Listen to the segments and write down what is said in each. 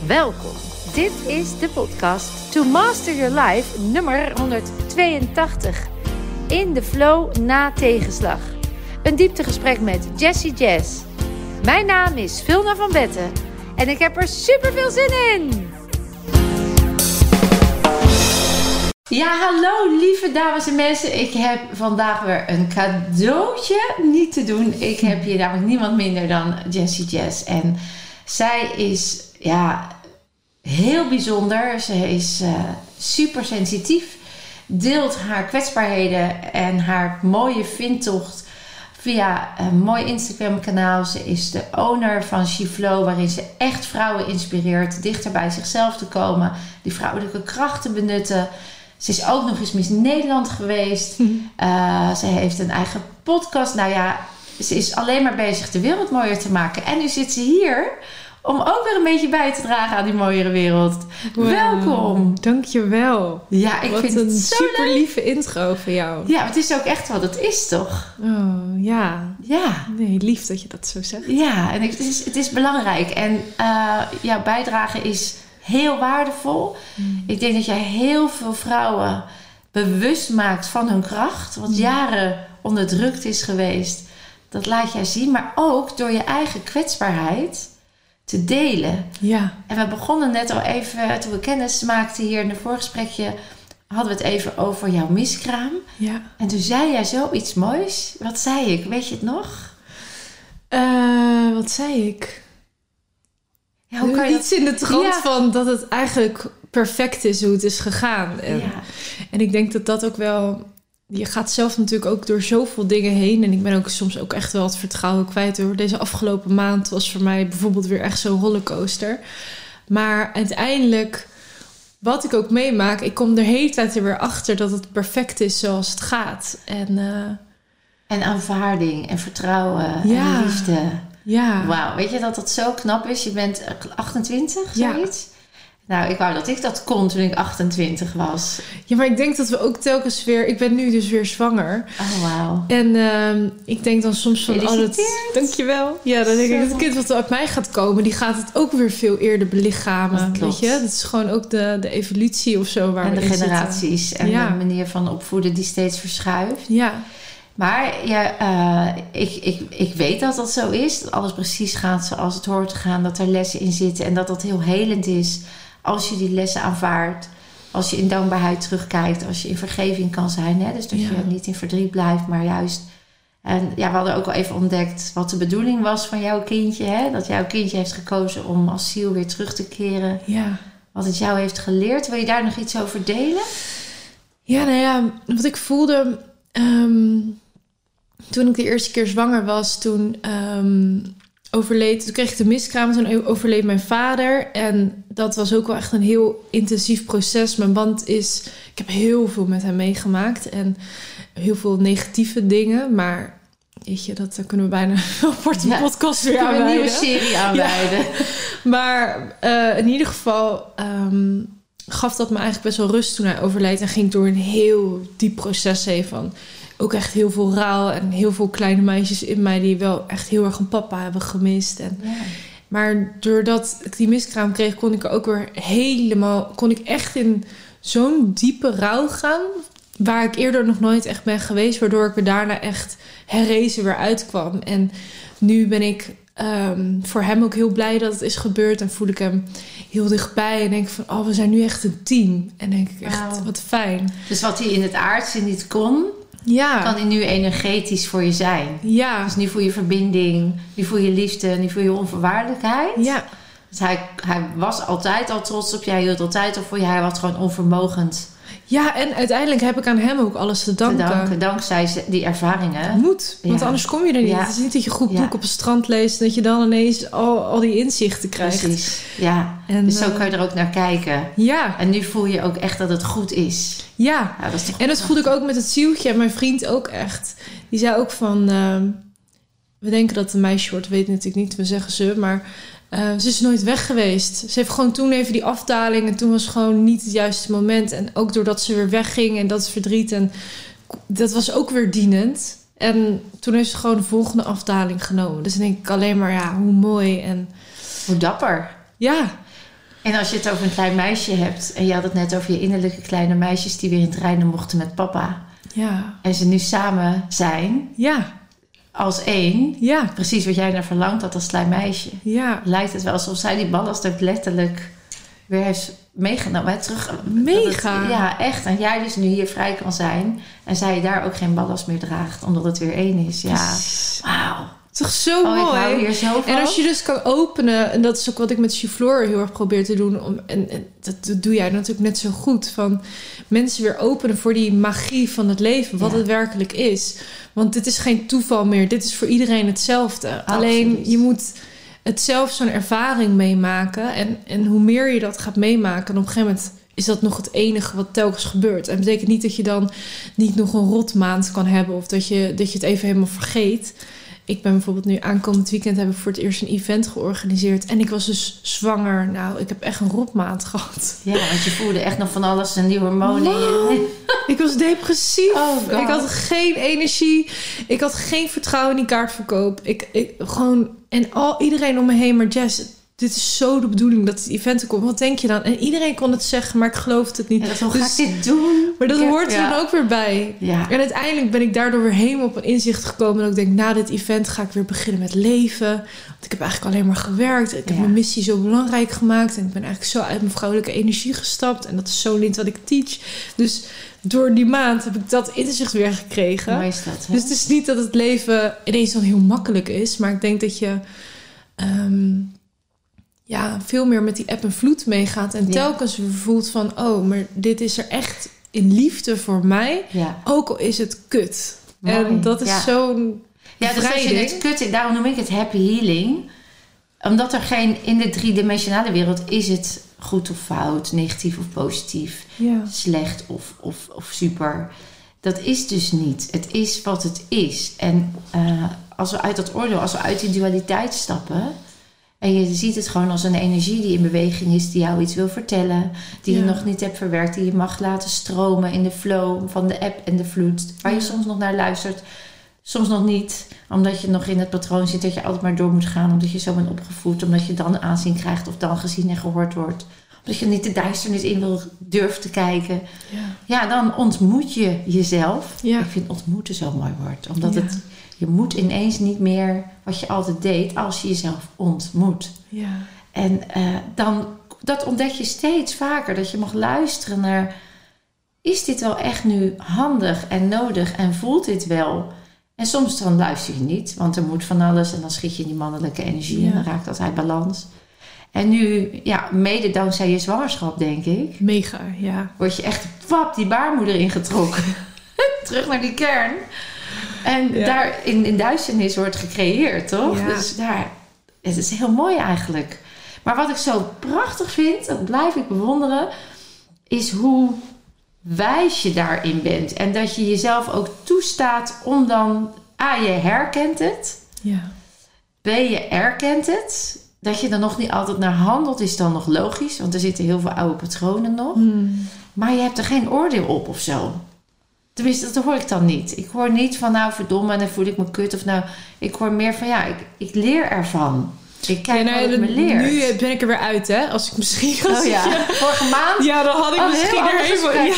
Welkom. Dit is de podcast To Master Your Life nummer 182. In de flow na tegenslag. Een dieptegesprek met Jessie Jazz. Mijn naam is Vilna van Betten en ik heb er super veel zin in. Ja, hallo lieve dames en mensen. Ik heb vandaag weer een cadeautje niet te doen. Ik heb hier namelijk niemand minder dan Jessie Jazz. En zij is heel bijzonder. Ze is super sensitief. Deelt haar kwetsbaarheden en haar mooie vindtocht via een mooi Instagram kanaal. Ze is de owner van SheFlow, waarin ze echt vrouwen inspireert dichter bij zichzelf te komen. Die vrouwelijke krachten benutten. Ze is ook nog eens Miss Nederland geweest. Ze heeft een eigen podcast. Nou ja, ze is alleen maar bezig de wereld mooier te maken. En nu zit ze hier om ook weer een beetje bij te dragen aan die mooiere wereld. Wow. Welkom. Dankjewel. Ja, ik vind het zo super leuk. lieve intro van jou. Ja, het is ook echt wat het is, toch? Oh, ja. Ja. Nee, lief dat je dat zo zegt. Ja, en het is belangrijk. En jouw bijdrage is heel waardevol. Ik denk dat jij heel veel vrouwen bewust maakt van hun kracht. Wat jaren onderdrukt is geweest. Dat laat jij zien. Maar ook door je eigen kwetsbaarheid te delen. Ja. En we begonnen net al even, toen we kennis maakten hier in een voorgesprekje, hadden we het even over jouw miskraam. Ja. En toen zei jij zoiets moois. Wat zei ik? Weet je het nog? Wat zei ik? Ja, hoe kan je iets in de trant van dat het eigenlijk perfect is hoe het is gegaan. En ik denk dat dat ook wel... Je gaat zelf natuurlijk ook door zoveel dingen heen. En ik ben ook soms ook echt wel het vertrouwen kwijt. Hoor. Deze afgelopen maand was voor mij bijvoorbeeld weer echt zo'n rollercoaster. Maar uiteindelijk, wat ik ook meemaak, ik kom de hele tijd er weer achter dat het perfect is zoals het gaat. En aanvaarding en vertrouwen en liefde. Ja. Wauw, weet je dat dat zo knap is? Je bent 28, zoiets? Ja. Nou, ik wou dat ik dat kon toen ik 28 was. Ja, maar ik denk dat we ook telkens weer... Ik ben nu dus weer zwanger. Oh, wauw. En ik denk dan soms van... Dankjewel. Ja, dan denk ik dat het kind wat uit mij gaat komen... die gaat het ook weer veel eerder belichamen. Weet je? Dat is gewoon ook de evolutie of zo waar en we de in generaties zitten. En de manier van opvoeden die steeds verschuift. Ja. Maar ik weet dat dat zo is. Dat alles precies gaat zoals het hoort te gaan. Dat er lessen in zitten. En dat dat heel helend is als je die lessen aanvaardt. Als je in dankbaarheid terugkijkt. Als je in vergeving kan zijn. Hè? Dus dat je niet in verdriet blijft. Maar juist... En ja, we hadden ook al even ontdekt wat de bedoeling was van jouw kindje. Hè? Dat jouw kindje heeft gekozen om als ziel weer terug te keren. Ja. Wat het jou heeft geleerd. Wil je daar nog iets over delen? Ja, nou ja. Wat ik voelde... toen ik de eerste keer zwanger was, toen kreeg ik de miskraam, toen overleed mijn vader. En dat was ook wel echt een heel intensief proces. Mijn band is... Ik heb heel veel met hem meegemaakt en heel veel negatieve dingen. Maar weet je, dat kunnen we bijna voor de podcast weer aanwijden. Een nieuwe serie aanwijden. Ja. Maar in ieder geval... gaf dat me eigenlijk best wel rust toen hij overleed. En ging ik door een heel diep proces heen van... Ook echt heel veel rouw en heel veel kleine meisjes in mij... die wel echt heel erg een papa hebben gemist. Maar doordat ik die miskraam kreeg... kon ik er ook weer kon ik echt in zo'n diepe rouw gaan... waar ik eerder nog nooit echt ben geweest... waardoor ik er daarna echt herrezen weer uitkwam. En nu ben ik voor hem ook heel blij dat het is gebeurd... en voel ik hem heel dichtbij en denk van... we zijn nu echt een team. En denk ik echt, wat fijn. Dus wat hij in het aardse niet kon... kan hij nu energetisch voor je zijn. Ja. Dus nu voel je verbinding, nu voel je liefde, nu voel je onvoorwaardelijkheid. Ja. Dus hij was altijd al trots op je, hij hield altijd al voor je, hij was gewoon onvermogend. Ja, en uiteindelijk heb ik aan hem ook alles te danken. Dankzij die ervaringen. Moet, want anders kom je er niet. Het is niet dat je goed boek op het strand leest... en dat je dan ineens al die inzichten krijgt. Precies, ja. En, dus zo kan je er ook naar kijken. Ja. En nu voel je ook echt dat het goed is. Ja, dat is toch en dat voelde ik ook met het zieltje. En mijn vriend ook echt. Die zei ook van... we denken dat het een meisje wordt, weet natuurlijk niet. We zeggen ze, maar... ze is nooit weg geweest. Ze heeft gewoon toen even die afdaling... en toen was gewoon niet het juiste moment. En ook doordat ze weer wegging en dat verdriet... en dat was ook weer dienend. En toen heeft ze gewoon de volgende afdaling genomen. Dus dan denk ik alleen maar, hoe mooi en... Hoe dapper. Ja. En als je het over een klein meisje hebt... en je had het net over je innerlijke kleine meisjes... die weer in het reinen mochten met papa... Ja. en ze nu samen zijn... Ja. als één... Ja. precies wat jij naar verlangt had als klein meisje... Ja. lijkt het wel alsof zij die ballast ook letterlijk... weer heeft meegenomen. Hè, terug, Mega. Ja, echt. En jij dus nu hier vrij kan zijn... en zij daar ook geen ballast meer draagt... omdat het weer één is. Ja, wauw. Toch zo mooi. Ik hou hier zo van. En als je dus kan openen... en dat is ook wat ik met Chiflor heel erg probeer te doen... en dat doe jij natuurlijk net zo goed... van mensen weer openen voor die magie van het leven... wat het werkelijk is. Want dit is geen toeval meer. Dit is voor iedereen hetzelfde. Absoluut. Alleen je moet het zelf zo'n ervaring meemaken... en hoe meer je dat gaat meemaken... dan op een gegeven moment... is dat nog het enige wat telkens gebeurt. En dat betekent niet dat je dan niet nog een rotmaand kan hebben... of dat je het even helemaal vergeet... Ik ben bijvoorbeeld nu aankomend weekend... hebben we voor het eerst een event georganiseerd. En ik was dus zwanger. Nou, ik heb echt een rotmaand gehad. Ja, want je voelde echt nog van alles en die hormonen. Ik was depressief. Oh, ik had geen energie. Ik had geen vertrouwen in die kaartverkoop. Iedereen om me heen. Maar Jess, dit is zo de bedoeling dat het event er komt. Wat denk je dan? En iedereen kon het zeggen, maar ik geloofde het niet. Ja, hoe ga ik dit doen? Maar dat hoort er dan ook weer bij. Ja. En uiteindelijk ben ik daardoor weer helemaal op een inzicht gekomen. Dat ik denk, na dit event ga ik weer beginnen met leven. Want ik heb eigenlijk alleen maar gewerkt. Ik heb mijn missie zo belangrijk gemaakt. En ik ben eigenlijk zo uit mijn vrouwelijke energie gestapt. En dat is zo niet wat ik teach. Dus door die maand heb ik dat inzicht weer gekregen. Mooi is dat, hè? Dus het is niet dat het leven ineens dan heel makkelijk is. Maar ik denk dat je... veel meer met die eb en vloed meegaat. En telkens weer voelt van... oh, maar dit is er echt in liefde voor mij. Ja. Ook al is het kut. Mooi. En dat is zo'n dus als je het kut... Daarom noem ik het happy healing. Omdat er in de driedimensionale wereld... is het goed of fout, negatief of positief... slecht of super. Dat is dus niet. Het is wat het is. En als we uit dat oordeel... als we uit die dualiteit stappen... En je ziet het gewoon als een energie die in beweging is... die jou iets wil vertellen... die je nog niet hebt verwerkt... die je mag laten stromen in de flow van de eb en de vloed... waar je soms nog naar luistert, soms nog niet... omdat je nog in het patroon zit dat je altijd maar door moet gaan... omdat je zo bent opgevoed... omdat je dan aanzien krijgt of dan gezien en gehoord wordt... omdat je niet de duisternis in wil durven te kijken... Ja, dan ontmoet je jezelf. Ik vind ontmoeten zo'n mooi woord. Omdat je moet ineens niet meer wat je altijd deed... als je jezelf ontmoet. Ja. En dat ontdek je steeds vaker. Dat je mag luisteren naar... is dit wel echt nu handig en nodig en voelt dit wel? En soms dan luister je niet. Want er moet van alles en dan schiet je in die mannelijke energie... en dan raakt dat uit balans. En nu, mede dankzij je zwangerschap, denk ik... Mega, word je echt die baarmoeder ingetrokken. Terug naar die kern... En daar in duisternis wordt gecreëerd, toch? Ja. Dus het is heel mooi eigenlijk. Maar wat ik zo prachtig vind, dat blijf ik bewonderen... is hoe wijs je daarin bent. En dat je jezelf ook toestaat om dan... je herkent het. Ja. B, je erkent het. Dat je er nog niet altijd naar handelt is dan nog logisch. Want er zitten heel veel oude patronen nog. Maar je hebt er geen oordeel op of zo. Tenminste, dat hoor ik dan niet. Ik hoor niet van, verdomme, en dan voel ik me kut. Of ik hoor meer van, ik leer ervan. Ik kijk wat het me leert. Nu ben ik er weer uit, hè? Als ik misschien... Vorige maand? Ja, dan had ik misschien er helemaal...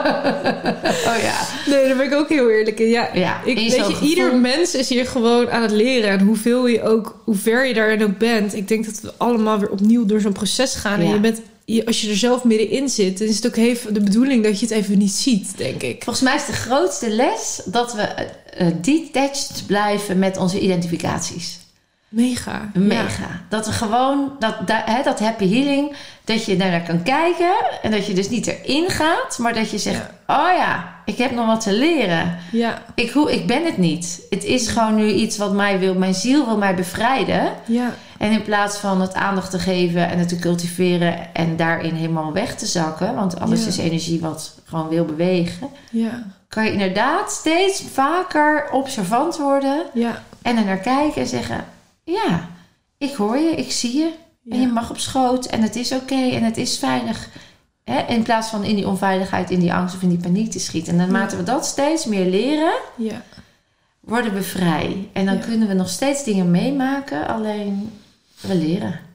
Nee, daar ben ik ook heel eerlijk in. Ieder mens is hier gewoon aan het leren. En hoe ver je daarin ook bent. Ik denk dat we allemaal weer opnieuw door zo'n proces gaan. En je bent... Als je er zelf middenin zit, dan is het ook even de bedoeling dat je het even niet ziet, denk ik. Volgens mij is de grootste les dat we detached blijven met onze identificaties. Mega. Dat we gewoon, dat happy healing, dat je daarnaar kan kijken en dat je dus niet erin gaat, maar dat je zegt, ik heb nog wat te leren. Ja. Ik ben het niet. Het is gewoon nu iets wat mijn ziel wil mij bevrijden. Ja. En in plaats van het aandacht te geven en het te cultiveren en daarin helemaal weg te zakken, want alles is energie wat gewoon wil bewegen, kan je inderdaad steeds vaker observant worden en er naar kijken en zeggen, ik hoor je, ik zie je en je mag op schoot en het is oké en het is veilig. In plaats van in die onveiligheid, in die angst of in die paniek te schieten. En naarmate we dat steeds meer leren, worden we vrij. En dan kunnen we nog steeds dingen meemaken, alleen we leren.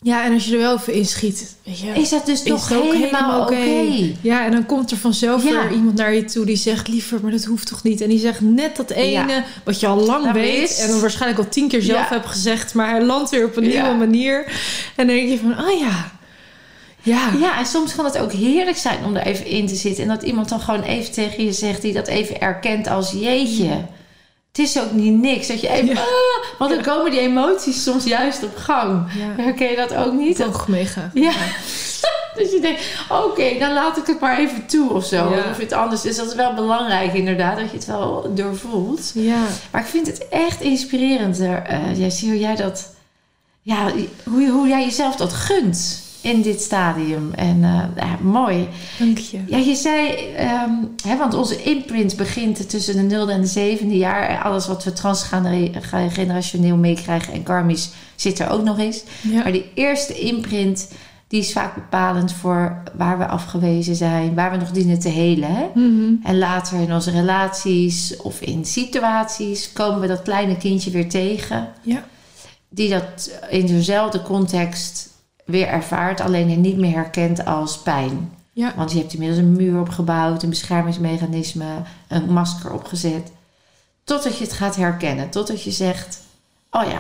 Ja, en als je er wel even inschiet, weet je, is dat dus toch het ook helemaal oké? Ja, en dan komt er vanzelf weer iemand naar je toe die zegt, liever, maar dat hoeft toch niet? En die zegt net dat ene wat je al lang weet en dan waarschijnlijk al 10 keer zelf hebt gezegd, maar hij landt weer op een nieuwe manier. En dan denk je van, oh ja. Ja, en soms kan het ook heerlijk zijn om er even in te zitten. En dat iemand dan gewoon even tegen je zegt, die dat even erkent als jeetje. Het is ook niet niks. Dat je even, want dan komen die emoties soms juist op gang. Ja. Herken je dat ook niet? Toch mega. Ja. Dus je denkt, oké, dan laat ik het maar even toe of zo. Ja. Of het anders is. Dat is wel belangrijk inderdaad, dat je het wel doorvoelt. Ja. Maar ik vind het echt inspirerend. Jessie, hoe jij dat... Ja, hoe jij jezelf dat gunt in dit stadium. En mooi. Dank je. Ja, je zei, want onze imprint begint tussen de 0e en de 7e jaar. Alles wat we transgenerationeel meekrijgen en karmisch zit er ook nog eens. Ja. Maar die eerste imprint, die is vaak bepalend voor waar we afgewezen zijn, waar we nog dienen te helen. Hè? Mm-hmm. En later in onze relaties of in situaties komen we dat kleine kindje weer tegen. Ja. Die dat in dezelfde context weer ervaart, alleen er niet meer herkent als pijn. Ja. Want je hebt inmiddels een muur opgebouwd, een beschermingsmechanisme, een masker opgezet. Totdat je het gaat herkennen. Totdat je zegt, oh ja,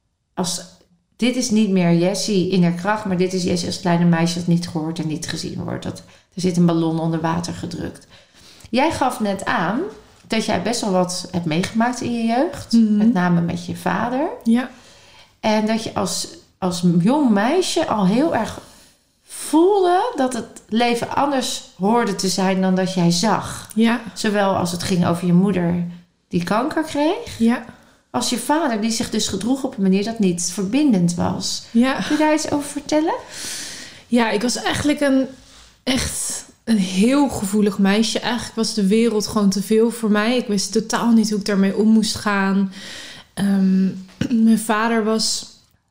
dit is niet meer Jessie in haar kracht, maar dit is Jessie als kleine meisje dat niet gehoord en niet gezien wordt. Er zit een ballon onder water gedrukt. Jij gaf net aan dat jij best wel wat hebt meegemaakt in je jeugd. Mm-hmm. Met name met je vader. Ja. En dat je als jong meisje al heel erg voelde dat het leven anders hoorde te zijn dan dat jij zag. Ja. Zowel als het ging over je moeder die kanker kreeg. Ja. Als je vader die zich dus gedroeg op een manier dat niet verbindend was. Ja. Kun je daar iets over vertellen? Ja, ik was eigenlijk echt een heel gevoelig meisje. Eigenlijk was de wereld gewoon te veel voor mij. Ik wist totaal niet hoe ik daarmee om moest gaan. Mijn vader was...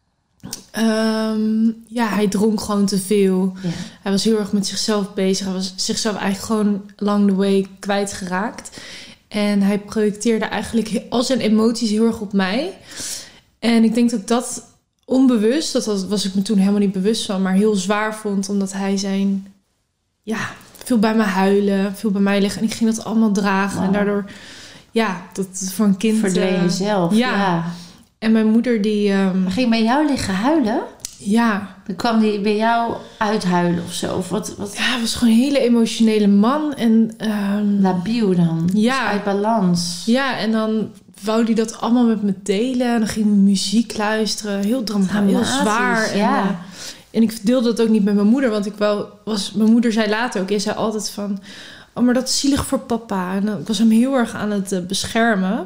hij dronk gewoon te veel. Ja. Hij was heel erg met zichzelf bezig. Hij was zichzelf eigenlijk gewoon along the way kwijtgeraakt. En hij projecteerde eigenlijk al zijn emoties heel erg op mij. En ik denk dat dat onbewust, dat was ik me toen helemaal niet bewust van, maar heel zwaar vond. Omdat hij veel bij me huilen, veel bij mij liggen. En ik ging dat allemaal dragen. Wow. En daardoor, dat voor een kind... Verdween jezelf, ja. En mijn moeder die... ging bij jou liggen huilen? Ja. Dan kwam die bij jou uithuilen of zo? Of wat? Ja, hij was gewoon een hele emotionele man. En, labiel dan? Ja. Dus uit balans? Ja, en dan wou hij dat allemaal met me delen. En dan ging we muziek luisteren. Heel dramatisch, heel zwaar. Ja. En ik deelde dat ook niet met mijn moeder. Want mijn moeder zei later ook... Je zei altijd van... Oh, maar dat is zielig voor papa. En ik was hem heel erg aan het beschermen.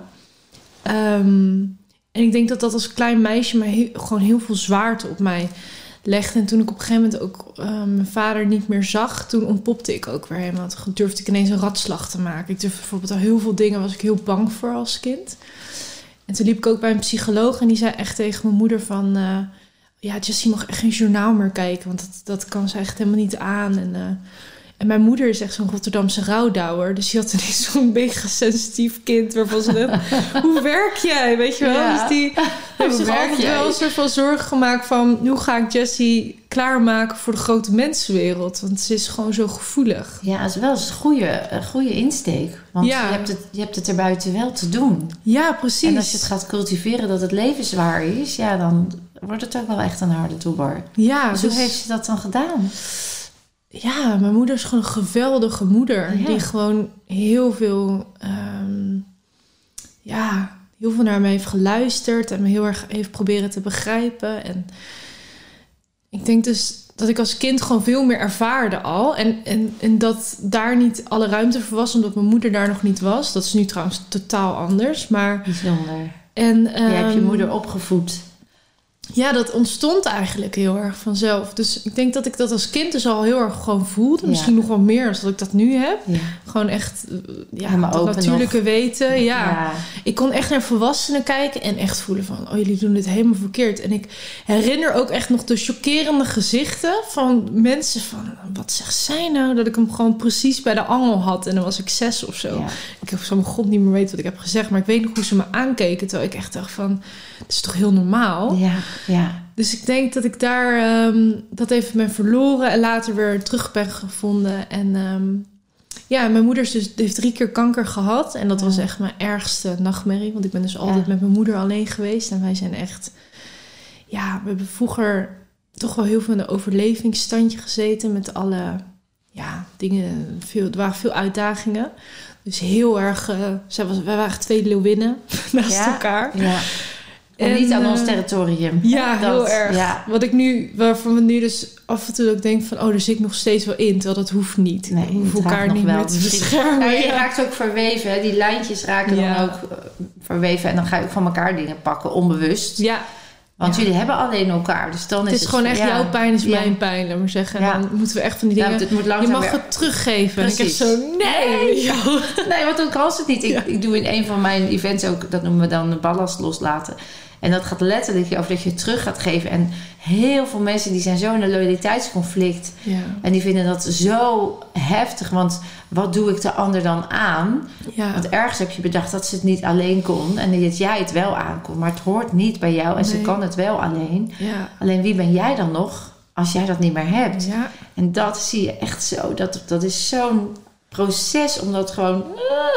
En ik denk dat dat als klein meisje me gewoon heel veel zwaarte op mij legde. En toen ik op een gegeven moment ook mijn vader niet meer zag, toen ontpopte ik ook weer helemaal. Toen durfde ik ineens een ratslag te maken. Ik durfde bijvoorbeeld al heel veel dingen, was ik heel bang voor als kind. En toen liep ik ook bij een psycholoog en die zei echt tegen mijn moeder van... Jessie mag echt geen journaal meer kijken, want dat kan ze echt helemaal niet aan. En mijn moeder is echt zo'n Rotterdamse rouwdouwer. Dus die had ineens zo'n mega sensitief kind. Waarvan ze dacht, hoe werk jij? Weet je wel? Ja. Dus die heeft zich altijd wel een soort van zorgen gemaakt van... hoe ga ik Jessie klaarmaken voor de grote mensenwereld? Want ze is gewoon zo gevoelig. Ja, het is wel een goede insteek. Want je hebt het er buiten wel te doen. Ja, precies. En als je het gaat cultiveren dat het leven zwaar is... ja, dan wordt het ook wel echt een harde toebar. Ja, dus hoe heeft ze dat dan gedaan? Ja, mijn moeder is gewoon een geweldige moeder. Ja. Die gewoon heel veel naar me heeft geluisterd. En me heel erg heeft proberen te begrijpen. En ik denk dus dat ik als kind gewoon veel meer ervaarde al. En dat daar niet alle ruimte voor was. Omdat mijn moeder daar nog niet was. Dat is nu trouwens totaal anders. Maar bijzonder. En je hebt je moeder opgevoed. Ja, dat ontstond eigenlijk heel erg vanzelf. Dus ik denk dat ik dat als kind dus al heel erg gewoon voelde. Ja. Misschien nog wel meer dan dat ik dat nu heb. Ja. Gewoon echt dat natuurlijke weten. Ja. Ik kon echt naar volwassenen kijken en echt voelen van... oh, jullie doen dit helemaal verkeerd. En ik herinner ook echt nog de chockerende gezichten van mensen van... wat zegt zij nou? Dat ik hem gewoon precies bij de angel had. En dan was ik 6 of zo. Ja. Ik heb zo mijn god niet meer weten wat ik heb gezegd. Maar ik weet nog hoe ze me aankeken. Terwijl ik echt dacht van... het is toch heel normaal? Ja. Ja. Dus ik denk dat ik daar dat even ben verloren en later weer terug ben gevonden. En mijn moeder heeft 3 keer kanker gehad. En dat was echt mijn ergste nachtmerrie. Want ik ben dus altijd met mijn moeder alleen geweest. En wij zijn echt... Ja, we hebben vroeger toch wel heel veel in een overlevingsstandje gezeten. Met alle dingen. Er waren veel uitdagingen. Dus heel erg... wij waren 2 leeuwinnen naast elkaar. Ja. En niet aan ons territorium. Ja, heel erg. Ja. Waarvan we nu dus af en toe ook denken van... er zit nog steeds wel in, terwijl dat hoeft niet. Nee, we hoeven elkaar niet meer te beschermen. Ja, je raakt ook verweven. Hè? Die lijntjes raken dan ook verweven. En dan ga je ook van elkaar dingen pakken, onbewust. Ja. Want jullie hebben alleen elkaar. Dus dan het is gewoon echt jouw pijn is mijn pijn, laat maar zeggen. En dan moeten we echt van die dingen... het moet je mag het teruggeven. Precies. En ik echt zo, nee. Nee, want dan kan het niet. Ik doe in een van mijn events ook... dat noemen we dan ballast loslaten. En dat gaat letterlijk over dat je het terug gaat geven. En heel veel mensen die zijn zo in een loyaliteitsconflict. Ja. En die vinden dat zo heftig. Want wat doe ik de ander dan aan? Ja. Want ergens heb je bedacht dat ze het niet alleen kon. En dat jij het wel aankon. Maar het hoort niet bij jou. En ze kan het wel alleen. Ja. Alleen wie ben jij dan nog als jij dat niet meer hebt? Ja. En dat zie je echt zo. Dat is zo'n proces. Omdat gewoon...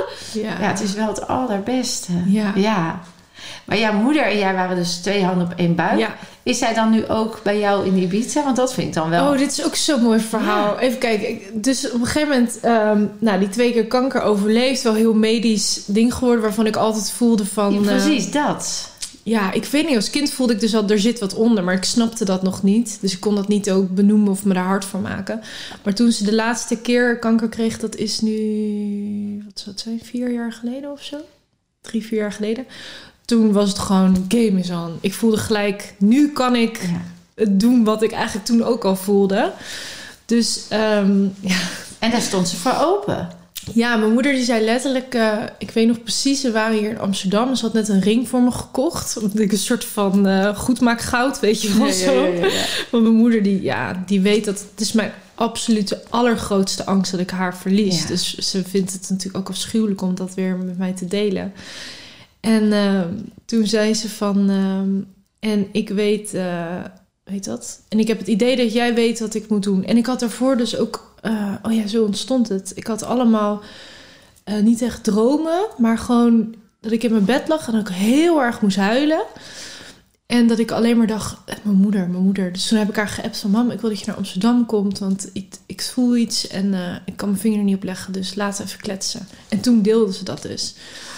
het is wel het allerbeste. Ja. Maar jouw moeder en jij waren dus 2 handen op 1 buik. Ja. Is zij dan nu ook bij jou in Ibiza? Want dat vind ik dan wel... dit is ook zo'n mooi verhaal. Ja. Even kijken. Dus op een gegeven moment... die 2 keer kanker overleefd. Wel heel medisch ding geworden... waarvan ik altijd voelde van... Ja, precies, dat. Ja, ik weet niet. Als kind voelde ik dus al... er zit wat onder. Maar ik snapte dat nog niet. Dus ik kon dat niet ook benoemen of me daar hard voor maken. Maar toen ze de laatste keer kanker kreeg... dat is nu... wat zou het zijn? 4 jaar geleden of zo? 3, 4 jaar geleden... Toen was het gewoon, game is on. Ik voelde gelijk, nu kan ik het doen wat ik eigenlijk toen ook al voelde. Dus, En daar stond ze voor open. Ja, mijn moeder die zei letterlijk... ik weet nog precies, we waren hier in Amsterdam... en ze had net een ring voor me gekocht. Omdat ik een soort van goed maak goud, weet je wel zo. Ja. Want mijn moeder die weet dat... het is mijn absolute allergrootste angst dat ik haar verlies. Ja. Dus ze vindt het natuurlijk ook afschuwelijk om dat weer met mij te delen. En toen zei ze van... en ik weet... weet dat? En ik heb het idee dat jij weet wat ik moet doen. En ik had daarvoor dus ook... zo ontstond het. Ik had allemaal niet echt dromen... maar gewoon dat ik in mijn bed lag... en dat ik heel erg moest huilen. En dat ik alleen maar dacht... mijn moeder. Dus toen heb ik haar geappt van... mam, ik wil dat je naar Amsterdam komt... want ik voel iets en ik kan mijn vinger er niet op leggen... dus laten we even kletsen. En toen deelde ze dat dus...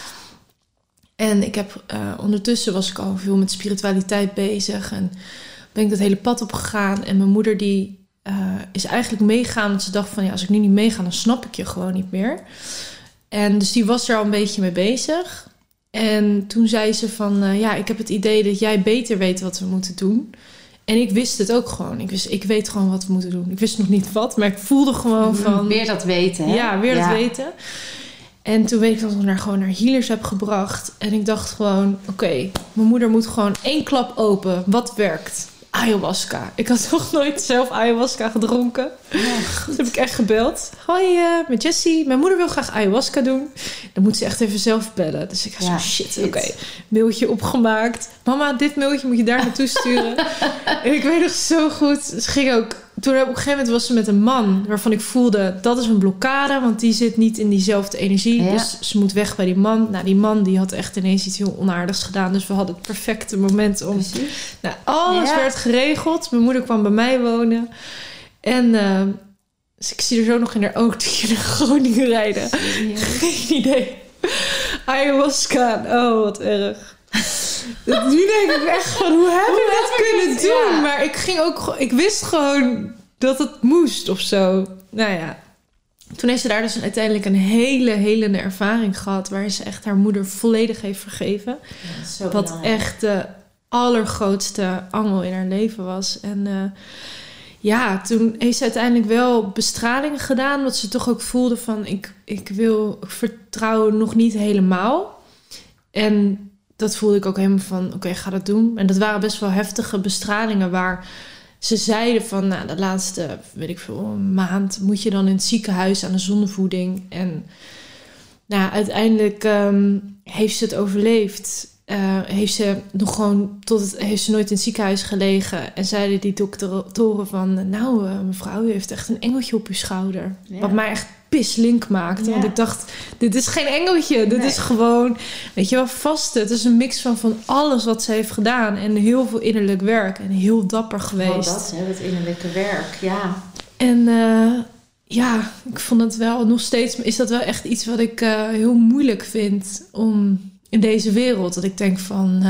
En ik heb ondertussen was ik al veel met spiritualiteit bezig. En ben ik dat hele pad opgegaan. En mijn moeder die is eigenlijk meegaan. Want ze dacht van als ik nu niet meega, dan snap ik je gewoon niet meer. En dus die was er al een beetje mee bezig. En toen zei ze van ik heb het idee dat jij beter weet wat we moeten doen. En ik wist het ook gewoon. Ik weet gewoon wat we moeten doen. Ik wist nog niet wat, maar ik voelde gewoon van... Weer dat weten, hè? Ja, weer dat weten. En toen weet ik dat ik haar gewoon naar healers heb gebracht. En ik dacht gewoon, oké, mijn moeder moet gewoon 1 klap open. Wat werkt? Ayahuasca. Ik had nog nooit zelf ayahuasca gedronken. Ja, dus heb ik echt gebeld. Hoi, met Jessie. Mijn moeder wil graag ayahuasca doen. Dan moet ze echt even zelf bellen. Dus ik ga oké. Mailtje opgemaakt. Mama, dit mailtje moet je daar naartoe sturen. En ik weet nog zo goed. Ze ging ook... Toen op een gegeven moment was ze met een man... waarvan ik voelde, dat is een blokkade... want die zit niet in diezelfde energie. Ja. Dus ze moet weg bij die man. Nou, die man die had echt ineens iets heel onaardigs gedaan. Dus we hadden het perfecte moment om... Nou, alles werd geregeld. Mijn moeder kwam bij mij wonen. En dus ik zie er zo nog in haar autootje naar Groningen rijden. Geen idee. Ayahuasca. Oh, wat erg. Nu denk ik echt van, hoe heb je dat kunnen doen? Ja. Maar ik wist gewoon dat het moest of zo. Nou ja. Toen heeft ze daar dus uiteindelijk een hele helende ervaring gehad... waarin ze echt haar moeder volledig heeft vergeven. Ja, wat echt de allergrootste angel in haar leven was. En toen heeft ze uiteindelijk wel bestralingen gedaan... wat ze toch ook voelde van, ik vertrouw nog niet helemaal. En... dat voelde ik ook helemaal van, oké, ga dat doen. En dat waren best wel heftige bestralingen... waar ze zeiden van, de laatste, weet ik veel, maand... moet je dan in het ziekenhuis aan de zondevoeding. En uiteindelijk heeft ze het overleefd. heeft ze nog gewoon heeft ze nooit in het ziekenhuis gelegen. En zeiden die doktoren van... nou, mevrouw, u heeft echt een engeltje op uw schouder. Ja. Wat mij echt pislink maakte. Ja. Want ik dacht, dit is geen engeltje. Dit is gewoon, weet je wel, vaste. Het is een mix van alles wat ze heeft gedaan. En heel veel innerlijk werk. En heel dapper geweest. Oh, dat, hè, het innerlijke werk, ja. En ik vond het wel... Nog steeds is dat wel echt iets wat ik heel moeilijk vind om... in deze wereld, dat ik denk van...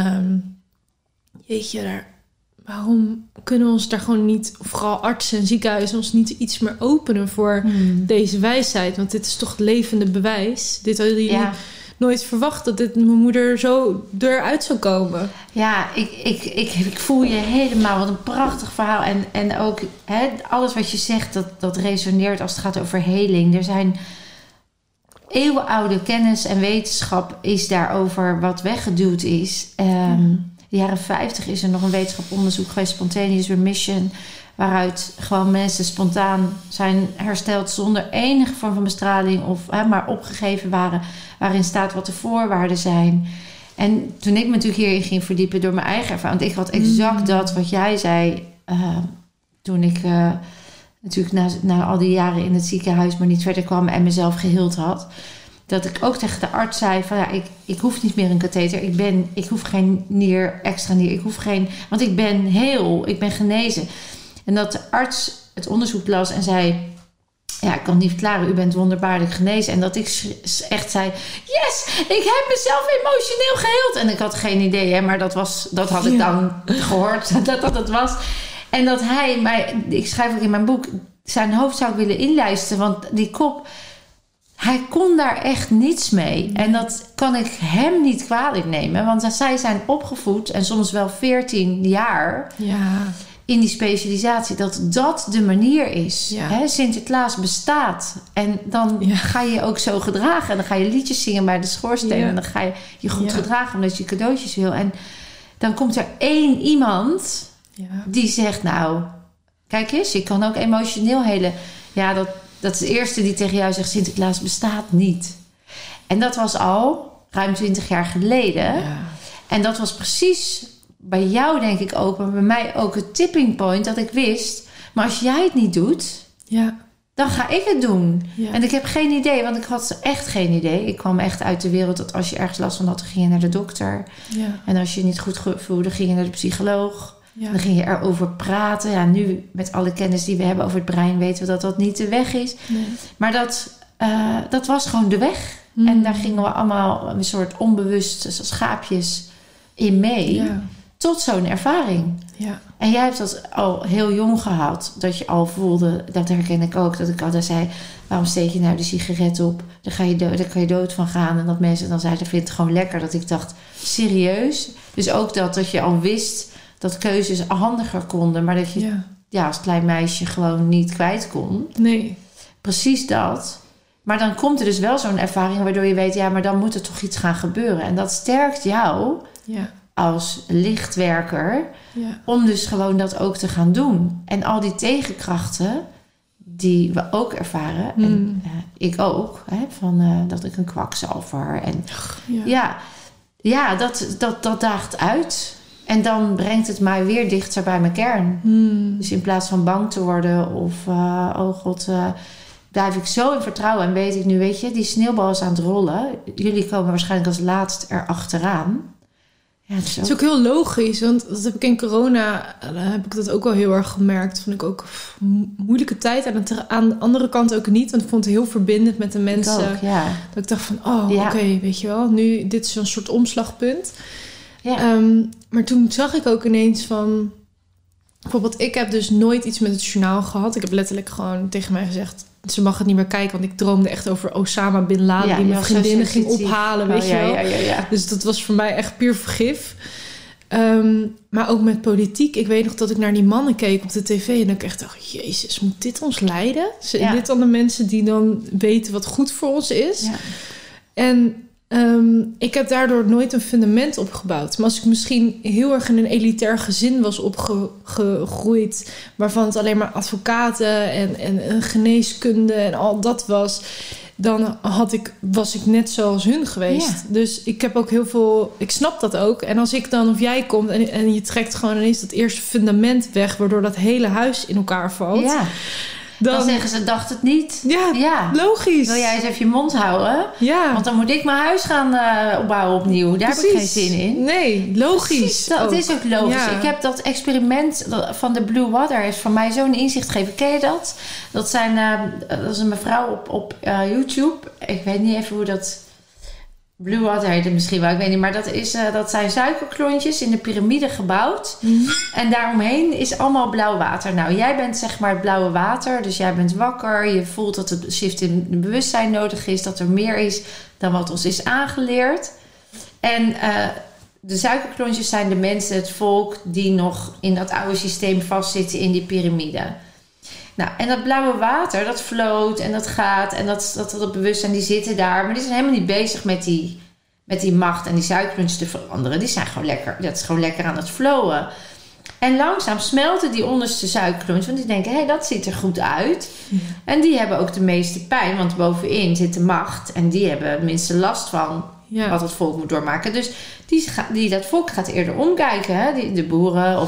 jeetje, waarom kunnen we ons daar gewoon niet... vooral artsen en ziekenhuizen... ons niet iets meer openen voor deze wijsheid? Want dit is toch het levende bewijs. Dit hadden jullie nooit verwacht... dat dit mijn moeder zo eruit zou komen. Ja, ik voel je helemaal. Wat een prachtig verhaal. En ook alles wat je zegt... dat resoneert als het gaat over heling. Er zijn... eeuwenoude kennis en wetenschap is daarover wat weggeduwd is. De jaren 50 is er nog een wetenschaponderzoek geweest, spontaneous remission, waaruit gewoon mensen spontaan zijn hersteld zonder enige vorm van bestraling of maar opgegeven waren, waarin staat wat de voorwaarden zijn. En toen ik me natuurlijk hierin ging verdiepen door mijn eigen ervaring, want ik had exact dat wat jij zei toen ik... natuurlijk na al die jaren in het ziekenhuis... maar niet verder kwam en mezelf geheeld had... dat ik ook tegen de arts zei van... ik hoef niet meer een katheter. Ik hoef geen extra nier. Ik hoef geen... want ik ben heel. Ik ben genezen. En dat de arts het onderzoek las en zei... ja, ik kan het niet verklaren. U bent wonderbaarlijk genezen. En dat ik echt zei... yes, ik heb mezelf emotioneel geheeld. En ik had geen idee, hè, maar dat had ik dan gehoord... dat het was... En dat hij mij, ik schrijf ook in mijn boek, zijn hoofd zou ik willen inlijsten. Want die kop, hij kon daar echt niets mee. En dat kan ik hem niet kwalijk nemen. Want zij zijn opgevoed, en soms wel 14 jaar, in die specialisatie. Dat de manier is. Ja. Hè? Sinterklaas bestaat. En dan ga je ook zo gedragen. En dan ga je liedjes zingen bij de schoorsteen. En dan ga je je goed gedragen omdat je cadeautjes wil. En dan komt er één iemand... Ja. Die zegt, nou, kijk eens, je kan ook emotioneel helen. Ja, dat is de eerste die tegen jou zegt... Sinterklaas bestaat niet. En dat was al ruim 20 jaar geleden. Ja. En dat was precies bij jou, denk ik ook... maar bij mij ook het tipping point dat ik wist... maar als jij het niet doet... dan ga ik het doen. Ja. En ik heb geen idee, want ik had echt geen idee. Ik kwam echt uit de wereld dat als je ergens last van had... dan ging je naar de dokter. Ja. En als je niet goed voelde, ging je naar de psycholoog... Ja. Dan ging je erover praten. Ja, nu met alle kennis die we hebben over het brein... weten we dat dat niet de weg is. Nee. Maar dat was gewoon de weg. En daar gingen we allemaal een soort onbewust... schaapjes in mee. Ja. Tot zo'n ervaring. Ja. En jij hebt dat al heel jong gehad. Dat je al voelde, dat herken ik ook... dat ik altijd zei... waarom steek je nou de sigaret op? Daar kan je dood van gaan. En dat mensen dan zeiden, vind het gewoon lekker. Dat ik dacht, serieus? Dus ook dat je al wist... dat keuzes handiger konden, maar dat je als klein meisje gewoon niet kwijt kon. Nee. Precies dat. Maar dan komt er dus wel zo'n ervaring waardoor je weet... ja, maar dan moet er toch iets gaan gebeuren. En dat sterkt jou als lichtwerker... om dus gewoon dat ook te gaan doen. En al die tegenkrachten die we ook ervaren... en ik ook, dat ik een kwakzalver... en dat daagt uit... En dan brengt het mij weer dichter bij mijn kern. Dus in plaats van bang te worden of... oh god, blijf ik zo in vertrouwen. En weet ik nu, weet je, die sneeuwbal is aan het rollen. Jullie komen waarschijnlijk als laatst erachteraan. Ja, het is ook heel logisch. Want dat heb ik in corona... heb ik dat ook wel heel erg gemerkt. Vond ik ook moeilijke tijd. En aan de andere kant ook niet. Want ik vond het heel verbindend met de mensen. Ik ook, dat ik dacht van, oké, weet je wel. Nu, dit is een soort omslagpunt. Ja. Maar toen zag ik ook ineens van... Bijvoorbeeld, ik heb dus nooit iets met het journaal gehad. Ik heb letterlijk gewoon tegen mij gezegd... ze mag het niet meer kijken, want ik droomde echt over Osama Bin Laden... die mijn vriendinnen ging ophalen, weet je wel. Ja. Dus dat was voor mij echt puur vergif. Maar ook met politiek. Ik weet nog dat ik naar die mannen keek op de tv... en dat ik echt dacht, jezus, moet dit ons leiden? Zijn dit dan de mensen die dan weten wat goed voor ons is? Ja. En... ik heb daardoor nooit een fundament opgebouwd. Maar als ik misschien heel erg in een elitair gezin was opgegroeid... waarvan het alleen maar advocaten en geneeskunde en al dat was... dan was ik net zoals hun geweest. Ja. Dus ik heb ook heel veel... Ik snap dat ook. En als ik dan of jij komt en je trekt gewoon ineens dat eerste fundament weg, waardoor dat hele huis in elkaar valt. Ja. Dan zeggen ze, dacht het niet. Ja, logisch. Wil jij eens even je mond houden? Ja. Want dan moet ik mijn huis gaan opbouwen opnieuw. Daar heb ik geen zin in. Nee, logisch. Precies, dat is ook logisch. Ja. Ik heb dat experiment van de Blue Water heeft voor mij zo'n inzicht gegeven. Ken je dat? Dat is een mevrouw op YouTube. Ik weet niet even hoe dat... Blue Water heet het misschien wel, ik weet niet. Maar dat zijn suikerklontjes in de piramide gebouwd. En daaromheen is allemaal blauw water. Nou, jij bent zeg maar het blauwe water. Dus jij bent wakker. Je voelt dat het shift in het bewustzijn nodig is. Dat er meer is dan wat ons is aangeleerd. En de suikerklontjes zijn de mensen, het volk, die nog in dat oude systeem vastzitten in die piramide. Nou, en dat blauwe water, dat floot en dat gaat. En dat bewustzijn, die zitten daar. Maar die zijn helemaal niet bezig met die macht en die suikerklontjes te veranderen. Die zijn gewoon lekker, dat is gewoon lekker aan het flowen. En langzaam smelten die onderste suikerklontjes. Want die denken, hé, dat ziet er goed uit. Ja. En die hebben ook de meeste pijn. Want bovenin zit de macht. En die hebben het minste last van wat het volk moet doormaken. Dus dat volk gaat eerder omkijken. Hè? De boeren.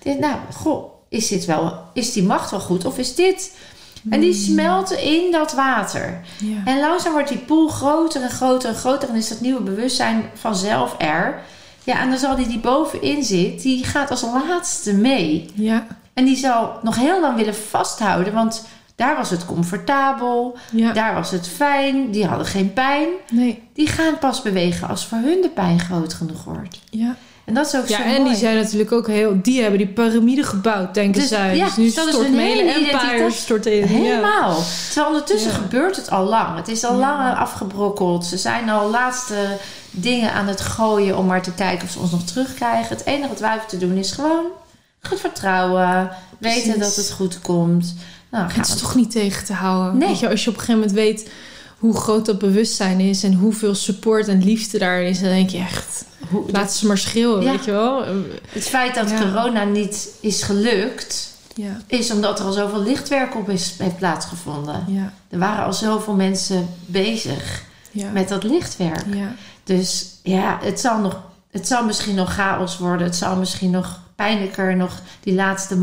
Is die macht wel goed? Of is dit? En die smelten in dat water. Ja. En langzaam wordt die poel groter en groter en groter. En is dat nieuwe bewustzijn vanzelf er. Ja, en dan zal die bovenin zit, die gaat als laatste mee. Ja. En die zal nog heel lang willen vasthouden. Want daar was het comfortabel. Ja. Daar was het fijn. Die hadden geen pijn. Nee. Die gaan pas bewegen als voor hun de pijn groot genoeg wordt. Ja. En dat is ook zo mooi. En die zijn natuurlijk ook die hebben die piramide gebouwd, denken zij. Ja, dus nu stort mijn hele empire stort in. Helemaal. Ja. Terwijl ondertussen gebeurt het al lang. Het is al lang afgebrokkeld. Ze zijn al laatste dingen aan het gooien om maar te kijken of ze ons nog terugkrijgen. Het enige wat wij hoeven te doen is gewoon goed vertrouwen. Precies. Weten dat het goed komt. Nou, het is toch niet tegen te houden. Nee. Weet je, als je op een gegeven moment weet hoe groot dat bewustzijn is en hoeveel support en liefde daarin is, dan denk je echt, laat ze maar schreeuwen, weet je wel. Het feit dat corona niet is gelukt, is omdat er al zoveel lichtwerk op heeft plaatsgevonden. Ja. Er waren al zoveel mensen bezig met dat lichtwerk. Ja. Dus ja, het zal misschien nog chaos worden. Het zal misschien nog pijnlijker, nog die laatste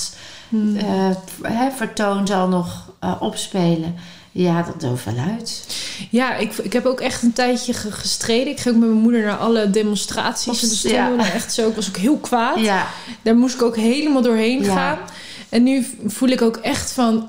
machtsvertoon zal nog opspelen. Ja, dat dooft wel uit. Ja, ik heb ook echt een tijdje gestreden. Ik ging ook met mijn moeder naar alle demonstraties. Echt zo. Ik was ook heel kwaad. Ja. Daar moest ik ook helemaal doorheen gaan. En nu voel ik ook echt van,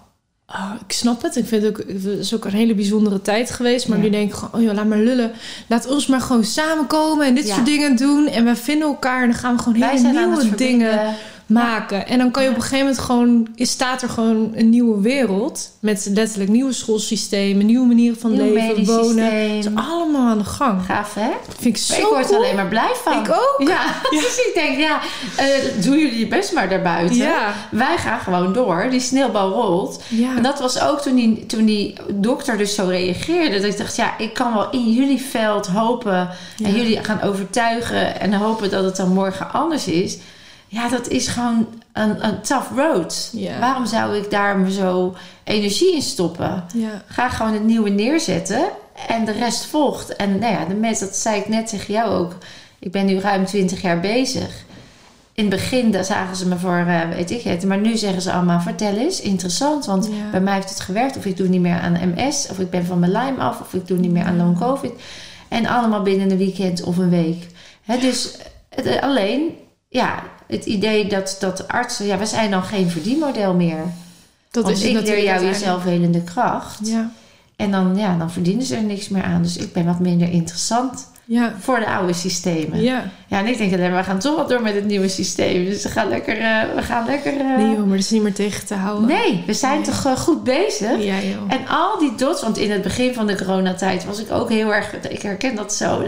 ik snap het. Ik vind het is ook een hele bijzondere tijd geweest. Maar nu denk ik gewoon, laat maar lullen. Laat ons maar gewoon samenkomen en dit soort dingen doen. En we vinden elkaar en dan gaan we gewoon hele nieuwe dingen maken. En dan kan je op een gegeven moment gewoon, staat er gewoon een nieuwe wereld met letterlijk nieuwe schoolsystemen, nieuwe manieren van leven, wonen. Het is allemaal aan de gang. Gaaf, hè? Vind ik zo Ik word er alleen maar blij van. Ik ook. Ja, dus ik denk, doen jullie je best maar daarbuiten. Ja. Wij gaan gewoon door. Die sneeuwbal rolt. Ja. En dat was ook toen die dokter dus zo reageerde. Dat ik dacht, ik kan wel in jullie veld hopen en jullie gaan overtuigen en hopen dat het dan morgen anders is. Ja, dat is gewoon een tough road. Yeah. Waarom zou ik daar me zo energie in stoppen? Yeah. Ga gewoon het nieuwe neerzetten en de rest volgt. En de mensen, dat zei ik net tegen jou ook. Ik ben nu ruim 20 jaar bezig. In het begin daar zagen ze me voor, weet ik het. Maar nu zeggen ze allemaal, vertel eens, interessant. Want bij mij heeft het gewerkt. Of ik doe niet meer aan MS. Of ik ben van mijn Lyme af. Of ik doe niet meer aan long covid. En allemaal binnen een weekend of een week. Dus alleen... Ja, het idee dat artsen... we zijn dan geen verdienmodel meer. Dat is ik leer jou jezelf helende kracht. Ja. En dan verdienen ze er niks meer aan. Dus ik ben wat minder interessant voor de oude systemen. Ja. Ja, en ik denk alleen, we gaan toch wel door met het nieuwe systeem. Dus we gaan lekker... Nee joh, maar dat is niet meer tegen te houden. Nee, we zijn toch goed bezig. Ja, joh. En al die dots... Want in het begin van de coronatijd was ik ook heel erg... Ik herken dat zo...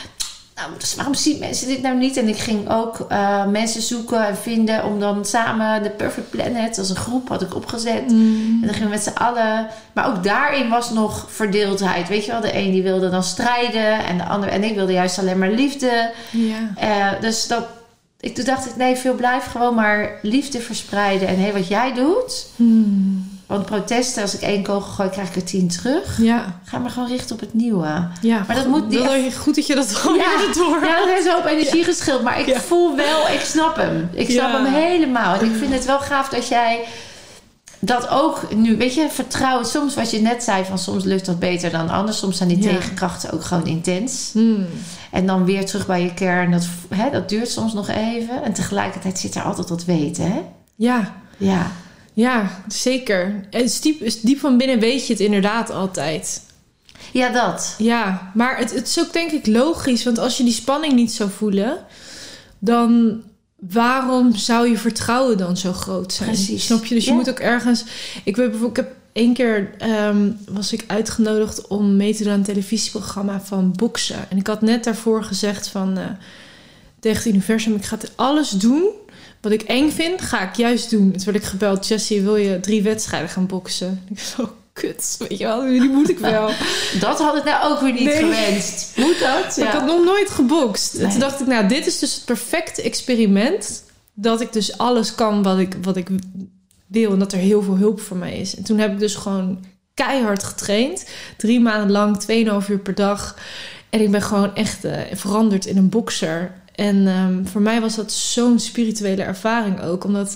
Dus waarom zien mensen dit nou niet? En ik ging ook mensen zoeken en vinden om dan samen de Perfect Planet als een groep had ik opgezet. En dan gingen we met z'n allen. Maar ook daarin was nog verdeeldheid. Weet je wel, de een die wilde dan strijden en de ander en ik wilde juist alleen maar liefde. Ja. Dus toen dacht ik, nee, blijf gewoon maar liefde verspreiden. En wat jij doet, Want protesten, als ik 1 kogel gooi, krijg ik er 10 terug. Ja. Ga maar gewoon richten op het nieuwe. Ja, maar dat moet niet. Goed dat je dat gewoon weer door. Ja, dat heeft een hoop energie geschild. Maar ik voel wel, ik snap hem. Ik snap hem helemaal. En ik vind het wel gaaf dat jij dat ook nu, weet je, vertrouwen. Soms wat je net zei, van soms lukt dat beter dan anders. Soms zijn die tegenkrachten ook gewoon intens. En dan weer terug bij je kern. Dat duurt soms nog even. En tegelijkertijd zit er altijd dat weten, hè? Ja. Ja. Ja, zeker. En diep van binnen weet je het inderdaad altijd. Ja, dat. Ja, maar het is ook denk ik logisch. Want als je die spanning niet zou voelen, dan waarom zou je vertrouwen dan zo groot zijn? Precies. Snap je? Dus je moet ook ergens... Ik heb 1 keer was ik uitgenodigd om mee te doen aan een televisieprogramma van boksen. En ik had net daarvoor gezegd van tegen het universum, ik ga alles doen wat ik eng vind, ga ik juist doen. Toen werd ik gebeld, Jessie, wil je 3 wedstrijden gaan boksen? Ik zo, kut, weet je wel, die moet ik wel. Dat had ik nou ook weer niet gewenst. Moet dat? Ja. Ik had nog nooit gebokst. Nee. En toen dacht ik, nou, dit is dus het perfecte experiment. Dat ik dus alles kan wat ik wil. En dat er heel veel hulp voor mij is. En toen heb ik dus gewoon keihard getraind. 3 maanden lang, 2,5 uur per dag. En ik ben gewoon echt veranderd in een bokser. En voor mij was dat zo'n spirituele ervaring ook. Omdat,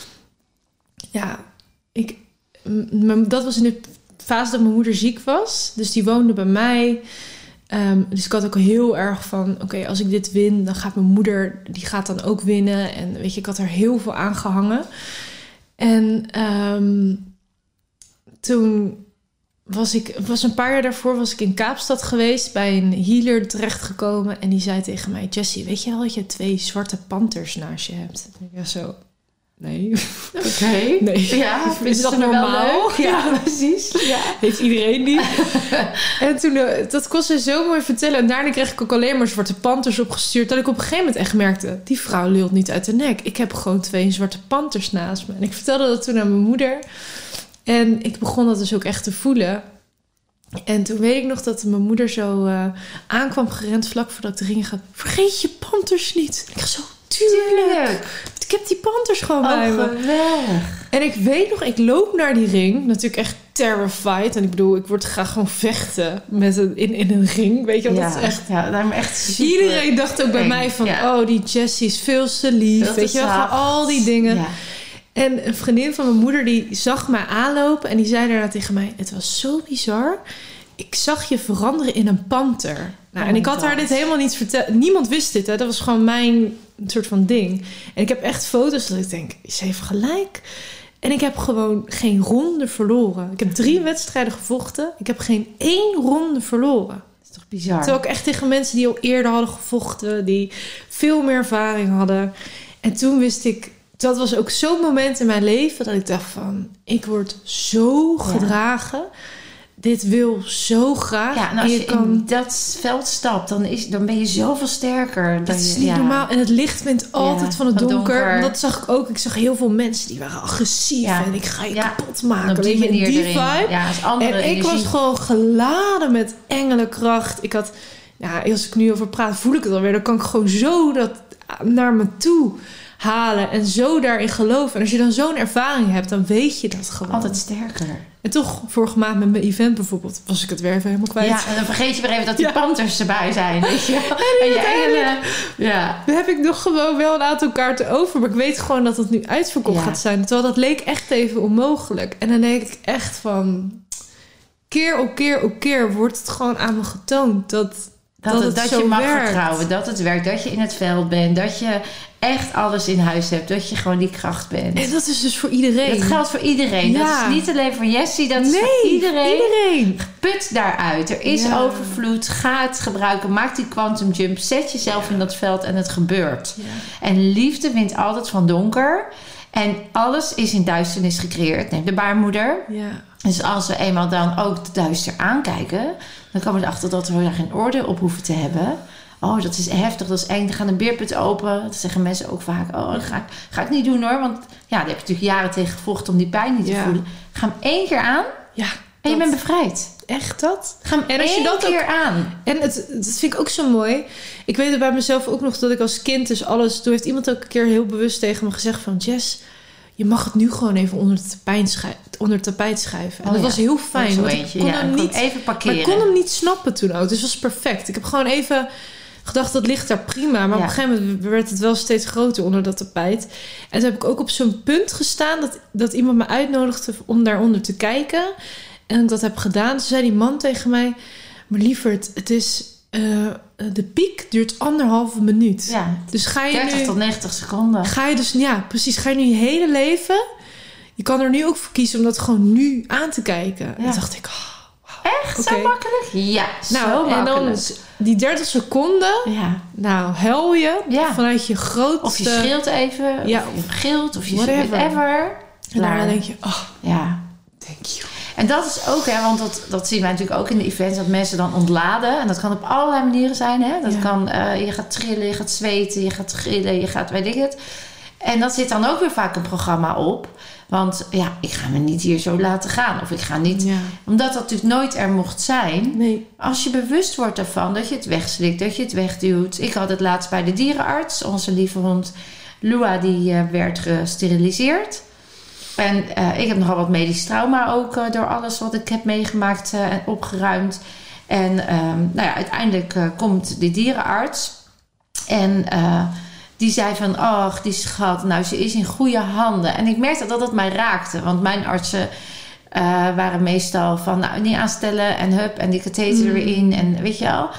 dat was in de fase dat mijn moeder ziek was. Dus die woonde bij mij. Dus ik had ook heel erg van, oké, als ik dit win, dan gaat mijn moeder, die gaat dan ook winnen. En weet je, ik had er heel veel aan gehangen. En toen was een paar jaar daarvoor was ik in Kaapstad geweest, bij een healer terechtgekomen. En die zei tegen mij, Jessie, weet je al dat je 2 zwarte panters naast je hebt? Ja, zo. Nee. Oké. Nee. Ja, is dat normaal? Ja, precies. Ja. Heeft iedereen die? En toen, dat kon ze zo mooi vertellen. En daarna kreeg ik ook alleen maar zwarte panters opgestuurd. Dat ik op een gegeven moment echt merkte, die vrouw lult niet uit de nek. Ik heb gewoon 2 zwarte panters naast me. En ik vertelde dat toen aan mijn moeder. En ik begon dat dus ook echt te voelen. En toen weet ik nog dat mijn moeder zo aankwam gerend vlak voordat ik erin ga. Vergeet je panters niet. Ik ga zo, tuurlijk. Ik heb die panters gewoon bij me. Geweldig. En ik weet nog, ik loop naar die ring. Natuurlijk echt terrified. En ik bedoel, ik word graag gewoon vechten in een ring. Weet je wat? Dat is echt... Ja, dat is echt super. Iedereen dacht ook bij mij van, oh, die Jessie is veel te lief. Weet je wel, gewoon al die dingen. Ja. En een vriendin van mijn moeder, die zag mij aanlopen. En die zei daarna tegen mij, het was zo bizar. Ik zag je veranderen in een panter. Nou, en ik had haar dit helemaal niet verteld. Niemand wist dit, hè. Dat was gewoon mijn soort van ding. En ik heb echt foto's dat ik denk, ze heeft gelijk. En ik heb gewoon geen ronde verloren. Ik heb 3 wedstrijden gevochten. Ik heb geen 1 ronde verloren. Dat is toch bizar? Terwijl ik echt tegen mensen die al eerder hadden gevochten, die veel meer ervaring hadden. En toen wist ik, dat was ook zo'n moment in mijn leven dat ik dacht van, ik word zo gedragen. Dit wil zo graag. Ja, en als je in dat veld stapt, dan ben je zoveel sterker. Dat is niet normaal. En het licht wint altijd van het donker. En dat zag ik ook. Ik zag heel veel mensen die waren agressief. Ja. En ik ga je kapot maken. En op die manier die erin. vibe. Ja, als andere en ik energie. was gewoon geladen met engelenkracht. Ik had, als ik nu over praat, voel ik het alweer. Dan kan ik gewoon zo dat naar me toe halen. En zo daarin geloven. En als je dan zo'n ervaring hebt, dan weet je dat gewoon. Altijd sterker. En toch, vorige maand met mijn event bijvoorbeeld, was ik het weer even helemaal kwijt. Ja, en dan vergeet je weer even dat die panters erbij zijn. Weet je? En je engelen. Ja. Dan heb ik nog gewoon wel een aantal kaarten over. Maar ik weet gewoon dat het nu uitverkocht gaat zijn. Terwijl dat leek echt even onmogelijk. En dan denk ik echt van, keer op keer wordt het gewoon aan me getoond dat je mag vertrouwen, dat het werkt, dat je in het veld bent, dat je echt alles in huis hebt, dat je gewoon die kracht bent. En dat is dus voor iedereen. Dat geldt voor iedereen. Ja. Dat is niet alleen voor Jessie, dat is voor iedereen. Put daaruit. Er is overvloed. Ga het gebruiken. Maak die quantum jump. Zet jezelf in dat veld en het gebeurt. Ja. En liefde wint altijd van donker. En alles is in duisternis gecreëerd. Neem de baarmoeder. Ja. Dus als we eenmaal dan ook de duister aankijken, dan komen we erachter dat we daar geen orde op hoeven te hebben. Oh, dat is heftig, dat is eng. Dan gaan de beerput open. Dat zeggen mensen ook vaak. Oh, dat ga ik niet doen hoor. Want daar heb je natuurlijk jaren tegen gevochten om die pijn niet te voelen. Ga hem 1 keer aan. Ja, en je bent bevrijd. Echt dat? Ga hem 1 keer aan. En dat vind ik ook zo mooi. Ik weet het bij mezelf ook nog dat ik als kind dus alles... Toen heeft iemand ook een keer heel bewust tegen me gezegd van, Jess, je mag het nu gewoon even onder het tapijt schuiven. En dat was heel fijn. Want ik kon hem niet even parkeren. Maar ik kon hem niet snappen toen ook. Dus het was perfect. Ik heb gewoon even gedacht, dat ligt daar prima. Maar op een gegeven moment werd het wel steeds groter onder dat tapijt. En toen heb ik ook op zo'n punt gestaan dat iemand me uitnodigde om daaronder te kijken. En ik dat heb gedaan. Toen zei die man tegen mij, maar lieverd, het is... de piek duurt 1,5 minuut. Ja, dus ga je 30 tot 90 seconden. Ga je dus, ja, precies. Ga je nu je hele leven... Je kan er nu ook voor kiezen om dat gewoon nu aan te kijken. Ja. En toen dacht ik, wow. Echt? Zo makkelijk? Ja, nou, zo makkelijk. En dan die 30 seconden... Ja. Nou, huil je vanuit je grootste... Of je schreeuwt even, of je gilt, of je whatever. En daarna denk je, ja, thank you. En dat is ook, hè, want dat zien wij natuurlijk ook in de events, dat mensen dan ontladen. En dat kan op allerlei manieren zijn. Hè? Dat kan, je gaat trillen, je gaat zweten, je gaat gillen, je gaat, weet ik het. En dat zit dan ook weer vaak een programma op. Want ik ga me niet hier zo laten gaan. Of ik ga niet... Ja. Omdat dat natuurlijk nooit er mocht zijn. Nee. Als je bewust wordt ervan, dat je het wegslikt, dat je het wegduwt. Ik had het laatst bij de dierenarts. Onze lieve hond Lua, die werd gesteriliseerd. En ik heb nogal wat medisch trauma ook door alles wat ik heb meegemaakt en opgeruimd. En uiteindelijk komt de dierenarts. En die zei van, ach, die schat, nou, ze is in goede handen. En ik merkte dat het mij raakte. Want mijn artsen waren meestal van, nou, niet aanstellen en hup, en die katheter er weer in. En weet je wel.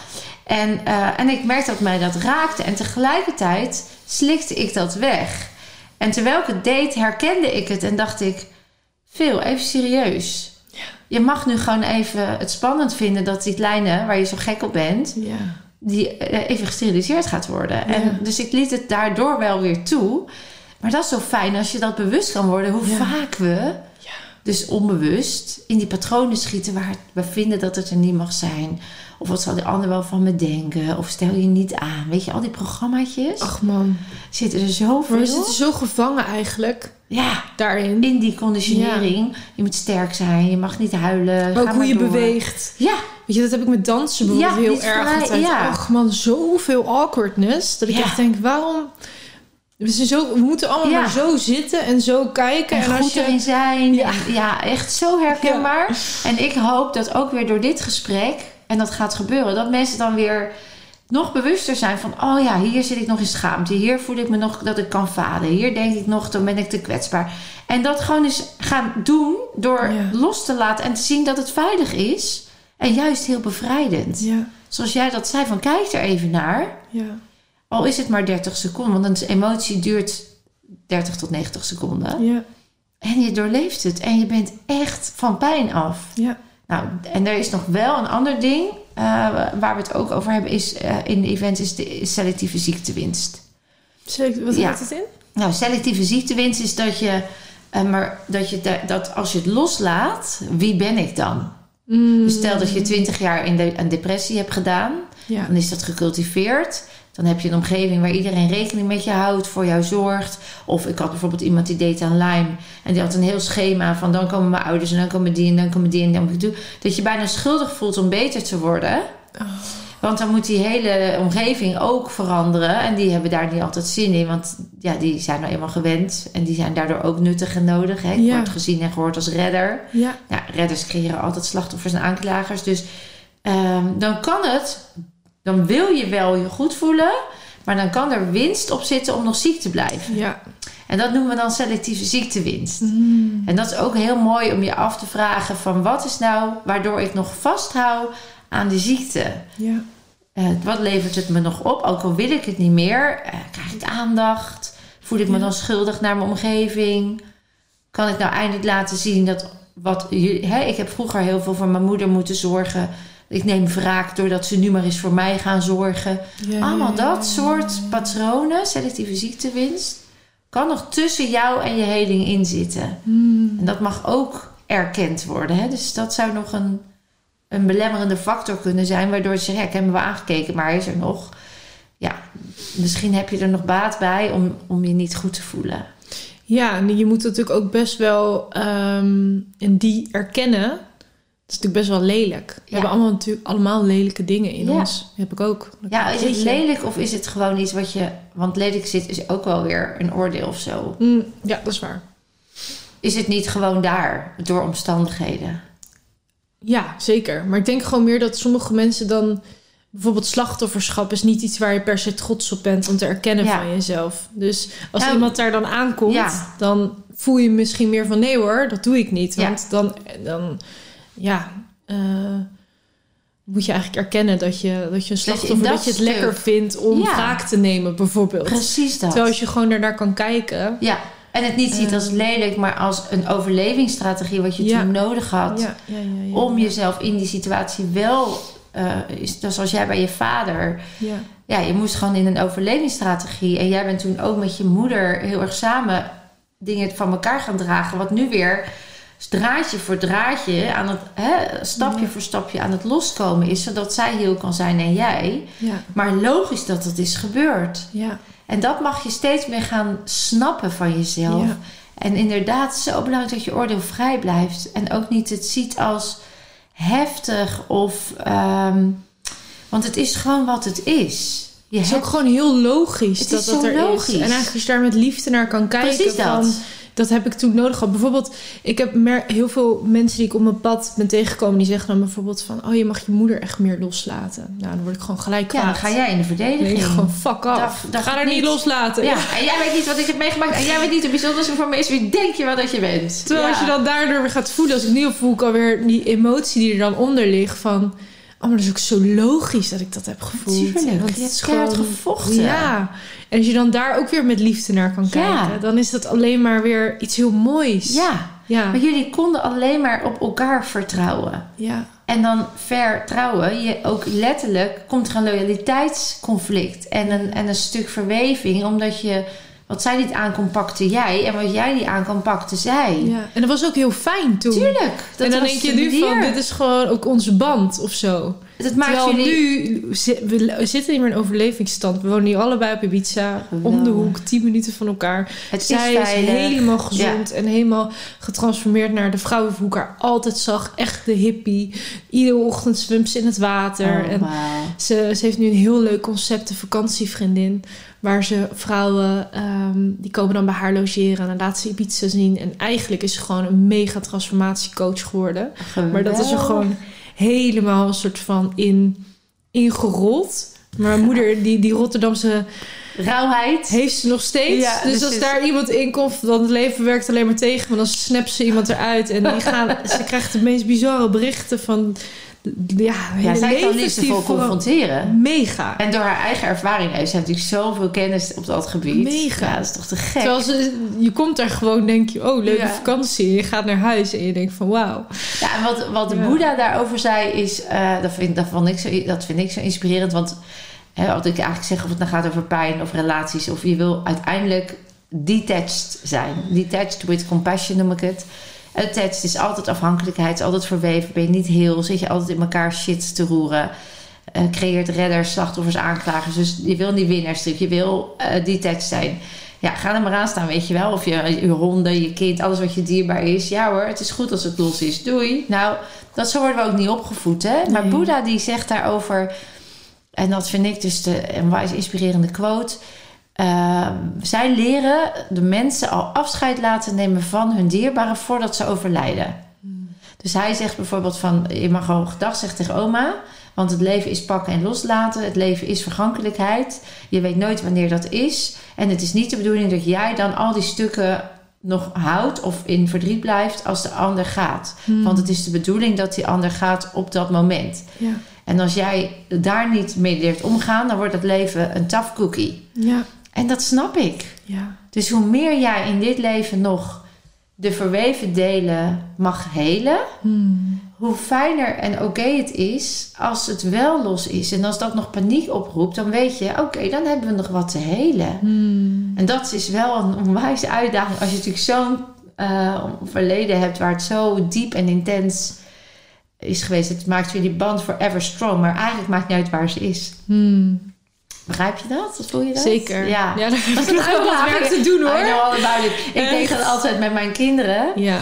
En ik merkte dat mij dat raakte. En tegelijkertijd slikte ik dat weg. En terwijl ik het deed, herkende ik het en dacht ik... Phil, even serieus. Ja. Je mag nu gewoon even het spannend vinden dat die kleine, waar je zo gek op bent... Ja. Die even gesteriliseerd gaat worden. Ja. En dus ik liet het daardoor wel weer toe. Maar dat is zo fijn als je dat bewust kan worden. Hoe vaak we, dus onbewust, in die patronen schieten... waar we vinden dat het er niet mag zijn... Of wat zal de ander wel van me denken? Of stel je niet aan? Weet je, al die programmaatjes. Ach man. Zitten er zoveel. We zitten zo gevangen eigenlijk. Ja. Daarin. In die conditionering. Ja. Je moet sterk zijn. Je mag niet huilen. Ook hoe je beweegt. Ja. Weet je, dat heb ik met dansen bijvoorbeeld heel erg altijd. Ja. Ach man, zoveel awkwardness. Dat ik echt denk, waarom... We moeten allemaal maar zo zitten en zo kijken. En goed erin zijn. Ja, echt zo herkenbaar. Ja. En ik hoop dat ook weer door dit gesprek... En dat gaat gebeuren. Dat mensen dan weer nog bewuster zijn van... oh ja, hier zit ik nog in schaamte. Hier voel ik me nog dat ik kan falen. Hier denk ik nog, dan ben ik te kwetsbaar. En dat gewoon eens gaan doen... door los te laten en te zien dat het veilig is. En juist heel bevrijdend. Ja. Zoals jij dat zei, van kijk er even naar. Ja. Al is het maar 30 seconden. Want een emotie duurt 30 tot 90 seconden. Ja. En je doorleeft het. En je bent echt van pijn af. Ja. Nou, en er is nog wel een ander ding waar we het ook over hebben in de event is de selectieve ziektewinst. Wat houdt het in? Nou, selectieve ziektewinst is dat als je het loslaat, wie ben ik dan? Dus stel dat je 20 jaar een depressie hebt gedaan, dan is dat gecultiveerd. Dan heb je een omgeving waar iedereen rekening met je houdt, voor jou zorgt. Of ik had bijvoorbeeld iemand die deed aan Lyme. En die had een heel schema van dan komen mijn ouders en dan komen die en dan komen die en dan moet ik doen. Dat je bijna schuldig voelt om beter te worden. Oh. Want dan moet die hele omgeving ook veranderen. En die hebben daar niet altijd zin in. Want die zijn nou eenmaal gewend. En die zijn daardoor ook nuttig en nodig. Hè? Ik word gezien en gehoord als redder. Ja. Nou, redders creëren altijd slachtoffers en aanklagers. Dus dan kan het... Dan wil je wel je goed voelen, maar dan kan er winst op zitten om nog ziek te blijven. Ja. En dat noemen we dan selectieve ziektewinst. En dat is ook heel mooi om je af te vragen van wat is nou waardoor ik nog vasthoud aan de ziekte? Ja. Wat levert het me nog op? Ook al wil ik het niet meer, krijg ik aandacht? Voel ik me dan schuldig naar mijn omgeving? Kan ik nou eindelijk laten zien dat ik heb vroeger heel veel voor mijn moeder moeten zorgen. Ik neem wraak doordat ze nu maar eens voor mij gaan zorgen. Allemaal dat soort patronen, selectieve ziektewinst, kan nog tussen jou en je heling in zitten. En dat mag ook erkend worden. Hè? Dus dat zou nog een belemmerende factor kunnen zijn, waardoor je zegt, ik heb me wel aangekeken, maar hij is er nog. Ja, misschien heb je er nog baat bij om je niet goed te voelen. Ja, en je moet natuurlijk ook best wel en die erkennen. Dat is natuurlijk best wel lelijk. We hebben allemaal lelijke dingen in ons. Dat heb ik ook. Ja, is het lelijk of is het gewoon iets wat je... Want lelijk zit is ook wel weer een oordeel of zo. Ja, dat is waar. is het niet gewoon daar door omstandigheden? Ja, zeker. Maar ik denk gewoon meer dat sommige mensen dan... Bijvoorbeeld slachtofferschap is niet iets waar je per se trots op bent om te erkennen van jezelf. Dus als iemand daar dan aankomt, dan voel je misschien meer van nee hoor, dat doe ik niet. Want dan moet je eigenlijk erkennen dat je een slachtoffer, dat je het lekker vindt om wraak te nemen bijvoorbeeld. Precies dat. Terwijl als je gewoon daarnaar kan kijken. Ja, en het niet ziet als lelijk, maar als een overlevingsstrategie wat je toen nodig had om jezelf in die situatie wel... dus als jij bij je vader... Ja, je moest gewoon in een overlevingsstrategie. En jij bent toen ook met je moeder heel erg samen dingen van elkaar gaan dragen. Wat nu weer draadje voor draadje, aan het, stapje voor stapje aan het loskomen is. Zodat zij heel kan zijn en jij. Ja. Maar logisch dat het is gebeurd. Ja. En dat mag je steeds meer gaan snappen van jezelf. Ja. En inderdaad, zo belangrijk dat je oordeel vrij blijft. En ook niet het ziet als... heftig of... want het is gewoon wat het is. Het is ook gewoon heel logisch dat er logisch is. En eigenlijk als je daar met liefde naar kan kijken... Precies dat. Dat heb ik toen nodig gehad. Bijvoorbeeld, ik heb heel veel mensen die ik op mijn pad ben tegengekomen... die zeggen dan bijvoorbeeld van... oh, je mag je moeder echt meer loslaten. Nou, dan word ik gewoon gelijk kwaad. Ja, dan ga jij in de verdediging. Nee, gewoon fuck off. Ga haar niet loslaten. Ja, en jij weet niet wat ik heb meegemaakt. En jij weet niet hoe bijzonder voor me is. Wie denk je wel dat je bent? Terwijl als je dan daardoor weer gaat voelen... als ik nu voel ik alweer die emotie die er dan onder ligt van... oh, maar dat is ook zo logisch dat ik dat heb gevoeld. Tuurlijk, want je hebt keihard gevochten. Ja, en als je dan daar ook weer met liefde naar kan kijken... dan is dat alleen maar weer iets heel moois. Ja, maar jullie konden alleen maar op elkaar vertrouwen. Ja. En dan vertrouwen, je ook letterlijk... komt er een loyaliteitsconflict en een stuk verweving... omdat je... wat zij niet aankomt, pakte jij. En wat jij niet aankomt, pakte zij. Ja. En dat was ook heel fijn toen. Tuurlijk. En dan denk je nu van, dit is gewoon ook onze band of zo. Dat maakt jullie... we zitten in een overlevingsstand. We wonen nu allebei op Ibiza. Om de hoek, 10 minuten van elkaar. Zij is helemaal gezond en helemaal getransformeerd naar de vrouw hoe ik haar altijd zag. Echt de hippie. Iedere ochtend zwemt ze in het water. Oh, en ze heeft nu een heel leuk concept, een vakantievriendin... waar ze vrouwen, die komen dan bij haar logeren... en dan laat ze Ibiza zien. En eigenlijk is ze gewoon een mega transformatiecoach geworden. Geweldig. Maar dat is er gewoon helemaal een soort van ingerold. Maar mijn moeder, die Rotterdamse... rauwheid heeft ze nog steeds. Ja, dus als daar iemand in komt, dan het leven werkt alleen maar tegen. Want dan snapt ze iemand eruit. En ze krijgt de meest bizarre berichten van... zij kan liefdevol confronteren. Mega. En door haar eigen ervaring heeft ze natuurlijk zoveel kennis op dat gebied. Mega. Ja, dat is toch te gek. Terwijl je komt daar gewoon, denk je, oh, leuke vakantie. Je gaat naar huis en je denkt van, wauw. Ja, en wat de Boeddha daarover zei is, dat vind ik zo inspirerend. Want wat ik eigenlijk zeg, of het nou gaat over pijn of relaties, of je wil uiteindelijk detached zijn. Detached with compassion noem ik het. Attached is altijd afhankelijkheid, is altijd verweven. Ben je niet heel, zit je altijd in elkaar shit te roeren. Creëert redders, slachtoffers, aanklagers. Dus je wil die winnaarstrip, je wil detached zijn. Ja, ga er maar aan staan, weet je wel. Of je honden, je kind, alles wat je dierbaar is. Ja hoor, het is goed als het los is. Doei. Nou, zo worden we ook niet opgevoed, hè. Nee. Maar Boeddha die zegt daarover... en dat vind ik dus een wijs inspirerende quote... zij leren de mensen al afscheid laten nemen van hun dierbaren voordat ze overlijden. Dus hij zegt bijvoorbeeld van, je mag al gedag zeggen tegen oma, want het leven is pakken en loslaten. Het leven is vergankelijkheid. Je weet nooit wanneer dat is. En het is niet de bedoeling dat jij dan al die stukken nog houdt of in verdriet blijft als de ander gaat. Want het is de bedoeling dat die ander gaat op dat moment. Ja. En als jij daar niet mee leert omgaan, dan wordt het leven een tough cookie. Ja. En dat snap ik. Ja. Dus hoe meer jij in dit leven nog de verweven delen mag helen... hoe fijner en oké het is als het wel los is. En als dat nog paniek oproept, dan weet je... oké, dan hebben we nog wat te helen. En dat is wel een onwijze uitdaging... als je natuurlijk zo'n verleden hebt... waar het zo diep en intens is geweest. Het maakt jullie band forever strong. Maar eigenlijk maakt het niet uit waar ze is. Begrijp je dat? Voel je dat? Zeker. Ja, daar heb ik nog wel wat werk te doen, hoor. Ik denk dat altijd met mijn kinderen. Ja.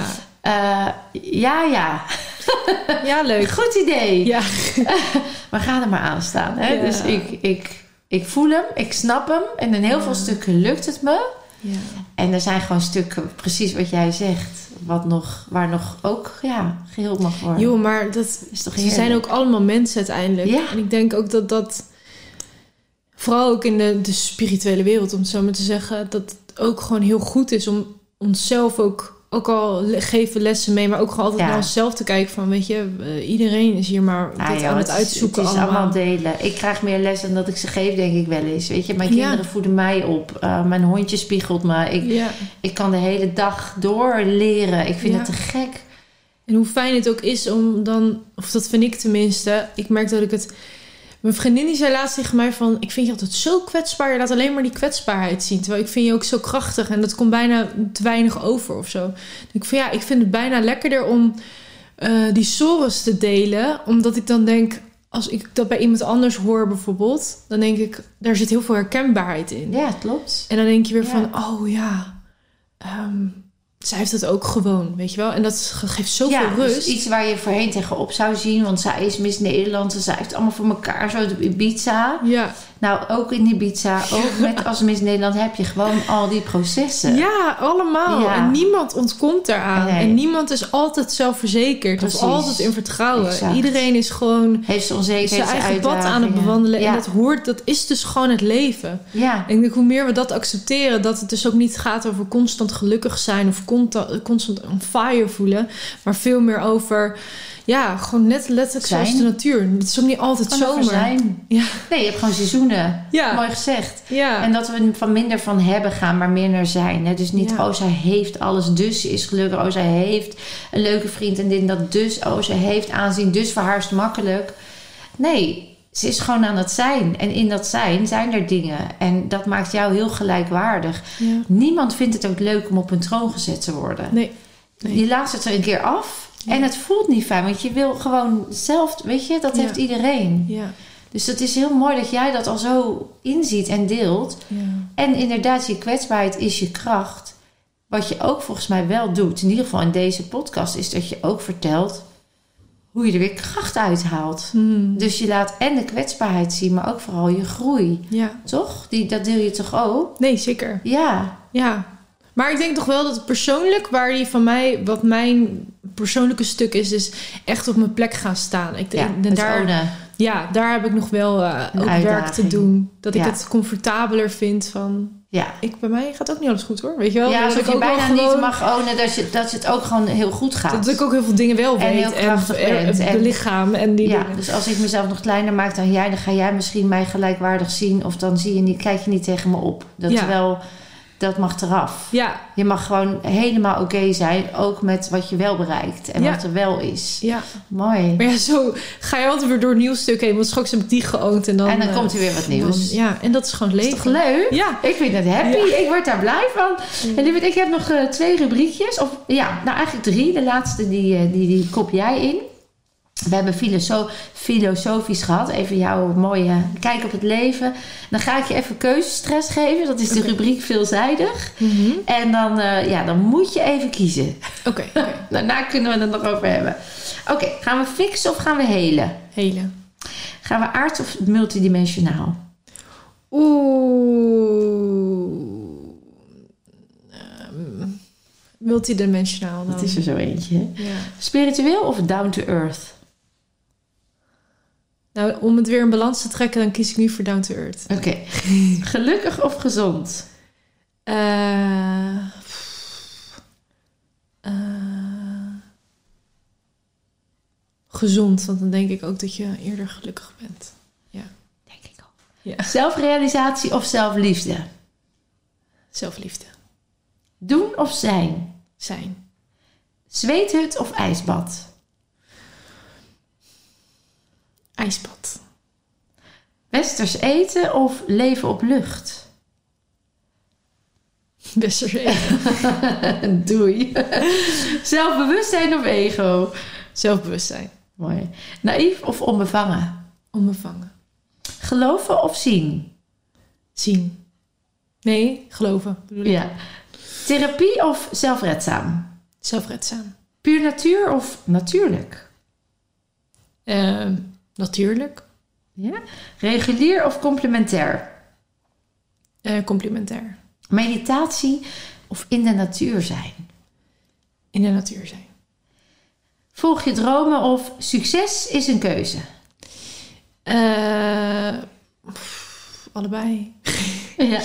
Ja, leuk. Goed idee. Ja. Maar ga er maar aan staan. Hè? Ja. Dus ik voel hem, ik snap hem. En in heel veel stukken lukt het me. Ja. En er zijn gewoon stukken, precies wat jij zegt... waar nog ook geheeld mag worden. Joh, maar Is toch ze heerlijk? zijn ook allemaal mensen uiteindelijk. Ja. En ik denk ook dat vooral ook in de spirituele wereld, om het zo maar te zeggen, dat het ook gewoon heel goed is om onszelf ook al geven lessen mee, maar ook gewoon altijd naar onszelf te kijken van, weet je, iedereen is hier maar aan het uitzoeken. Het is allemaal delen. Ik krijg meer les dan dat ik ze geef, denk ik wel eens. Weet je, mijn kinderen voeden mij op. Mijn hondje spiegelt me. Ik kan de hele dag door leren. Ik vind het te gek. En hoe fijn het ook is om dan, of dat vind ik tenminste, ik merk dat ik het... Mijn vriendin die zei laatst tegen mij van, ik vind je altijd zo kwetsbaar. Je laat alleen maar die kwetsbaarheid zien. Terwijl ik vind je ook zo krachtig. En dat komt bijna te weinig over of zo. Ik vind het bijna lekkerder om die sores te delen. Omdat ik dan denk, als ik dat bij iemand anders hoor bijvoorbeeld, dan denk ik, daar zit heel veel herkenbaarheid in. Ja, klopt. En dan denk je weer van, zij heeft het ook gewoon, weet je wel. En dat geeft zoveel rust. Dus iets waar je voorheen tegenop zou zien. Want zij is Miss Nederland. En zij heeft allemaal voor elkaar. Zo op Ibiza. Ja. Nou, ook in Ibiza. Ook met als Miss Nederland heb je gewoon al die processen. Ja, allemaal. Ja. En niemand ontkomt daaraan. Nee. En niemand is altijd zelfverzekerd. Precies. Of altijd in vertrouwen. Exact. Iedereen is gewoon heeft zijn onzekerheid, zijn eigen pad aan het bewandelen. Ja. En dat is dus gewoon het leven. Ja. En ik denk, hoe meer we dat accepteren, dat het dus ook niet gaat over constant gelukkig zijn of constant on fire voelen, maar veel meer over, gewoon net letterlijk zijn. zoals de natuur. Het is ook niet altijd gewoon zomer. Zijn. Ja. Nee, je hebt gewoon seizoenen. Ja. Mooi gezegd. Ja. En dat we van minder van hebben gaan, maar meer naar zijn. Hè? Dus niet, zij heeft alles, dus ze is gelukkig. Zij heeft een leuke vriend en dit en dat, dus ze heeft aanzien, dus voor haar is het makkelijk. Nee, ze is gewoon aan het zijn. En in dat zijn er dingen. En dat maakt jou heel gelijkwaardig. Ja. Niemand vindt het ook leuk om op een troon gezet te worden. Nee. Je laat het er een keer af. Ja. En het voelt niet fijn. Want je wil gewoon zelf... Weet je, dat heeft iedereen. Ja. Dus het is heel mooi dat jij dat al zo inziet en deelt. Ja. En inderdaad, je kwetsbaarheid is je kracht. Wat je ook volgens mij wel doet. In ieder geval in deze podcast. Is dat je ook vertelt hoe je er weer kracht uithaalt. Dus je laat en de kwetsbaarheid zien, maar ook vooral je groei. Ja. Toch? Dat deel je toch ook? Nee, zeker. Ja. Ja. Maar ik denk toch wel dat het persoonlijk, wat mijn persoonlijke stuk is echt op mijn plek gaan staan. Daar heb ik nog wel ook werk te doen. Dat ik het comfortabeler vind van... Ja. Bij mij gaat ook niet alles goed hoor. Weet je wel? Ja, dat ik ook bijna niet mag ownen dat het ook gewoon heel goed gaat. Dat ik ook heel veel dingen wel weet. En het lichaam en die dingen. Dus als ik mezelf nog kleiner maak dan jij, dan ga jij misschien mij gelijkwaardig zien. Of dan kijk je niet tegen me op. Terwijl dat mag eraf. Ja. Je mag gewoon helemaal oké zijn. Ook met wat je wel bereikt. En wat er wel is. Ja. Mooi. Maar zo ga je altijd weer door een nieuw stuk heen. Want straks heb ik die geoond. En dan komt er weer wat nieuws. En dat is gewoon leven. Is toch leuk? Ja. Ik vind het happy. Ja. Ik word daar blij van. En lieverd, ik heb nog 2 rubriekjes. Eigenlijk 3. De laatste die kop jij in. We hebben filosofisch gehad. Even jouw mooie kijk op het leven. Dan ga ik je even keuzestress geven. Dat is de rubriek veelzijdig. Mm-hmm. En dan moet je even kiezen. Oké. Daarna kunnen we het nog over hebben. Oké, gaan we fixen of gaan we helen? Helen. Gaan we aards of multidimensionaal? Multidimensionaal dan. Dat is er zo eentje. Hè? Ja. Spiritueel of down to earth? Nou, om het weer in balans te trekken, dan kies ik nu voor down to earth. Oké. Gelukkig of gezond? Gezond, want dan denk ik ook dat je eerder gelukkig bent. Ja. Denk ik ook. Ja. Zelfrealisatie of zelfliefde? Zelfliefde. Doen of zijn? Zijn. Zweethut of ijsbad? Ijsbad. Westers eten of leven op lucht? Westers eten. Doei. Zelfbewustzijn of ego? Zelfbewustzijn. Mooi. Naïef of onbevangen? Onbevangen. Geloven of zien? Zien. Nee, geloven. Bedoel ik. Ja. Therapie of zelfredzaam? Zelfredzaam. Puur natuur of natuurlijk? Natuurlijk. Ja. Regulier of complementair? Complementair. Meditatie of in de natuur zijn? In de natuur zijn. Volg je dromen of succes is een keuze? Allebei. Ja.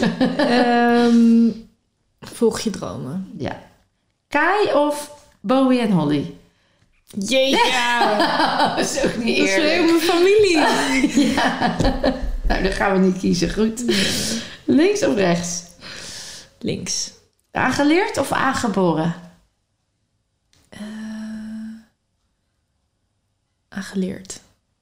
Volg je dromen. Ja. Kai of Bowie en Holly? Ja. Dat is ook niet Dat is eerlijk. heel mijn familie. Ja. Nou, dan gaan we niet kiezen. Goed. Links of rechts? Links. Aangeleerd of aangeboren? Aangeleerd.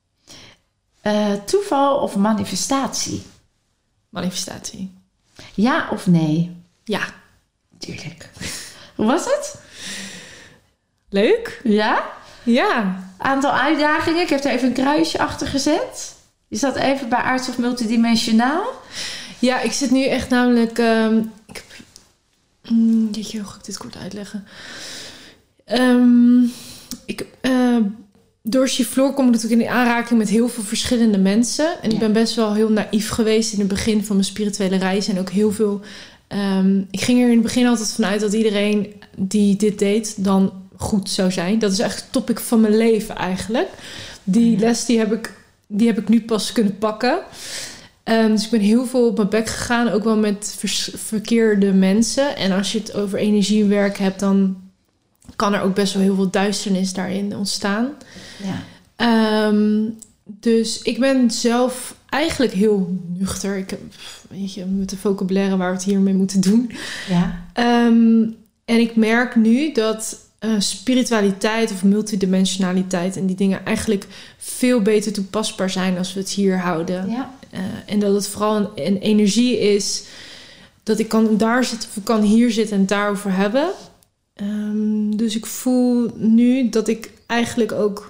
Toeval of manifestatie? Manifestatie. Ja of nee? Ja. Tuurlijk. Hoe was het? Leuk. Ja? Ja. Aantal uitdagingen. Ik heb er even een kruisje achter gezet. Je zat even bij Arts of Multidimensionaal. Ja, ik zit nu echt namelijk... Jeetje, hoe ga ik dit kort uitleggen? Door Chiflor kom ik natuurlijk in aanraking met heel veel verschillende mensen. En ik ben best wel heel naïef geweest in het begin van mijn spirituele reis. En ook heel veel... ik ging er in het begin altijd vanuit dat iedereen die dit deed dan goed zou zijn. Dat is echt het topic van mijn leven eigenlijk. Die les die heb ik nu pas kunnen pakken. Dus ik ben heel veel op mijn bek gegaan. Ook wel met verkeerde mensen. En als je het over energiewerk hebt, dan kan er ook best wel heel veel duisternis daarin ontstaan. Ja. Dus ik ben zelf eigenlijk heel nuchter. Ik heb, weet je, met de vocabulaire waar we het hiermee moeten doen. Ja. En ik merk nu dat spiritualiteit of multidimensionaliteit en die dingen eigenlijk veel beter toepasbaar zijn als we het hier houden. Ja. En dat het vooral een energie is dat ik kan daar zitten of ik kan hier zitten en het daarover hebben. Dus ik voel nu dat ik eigenlijk ook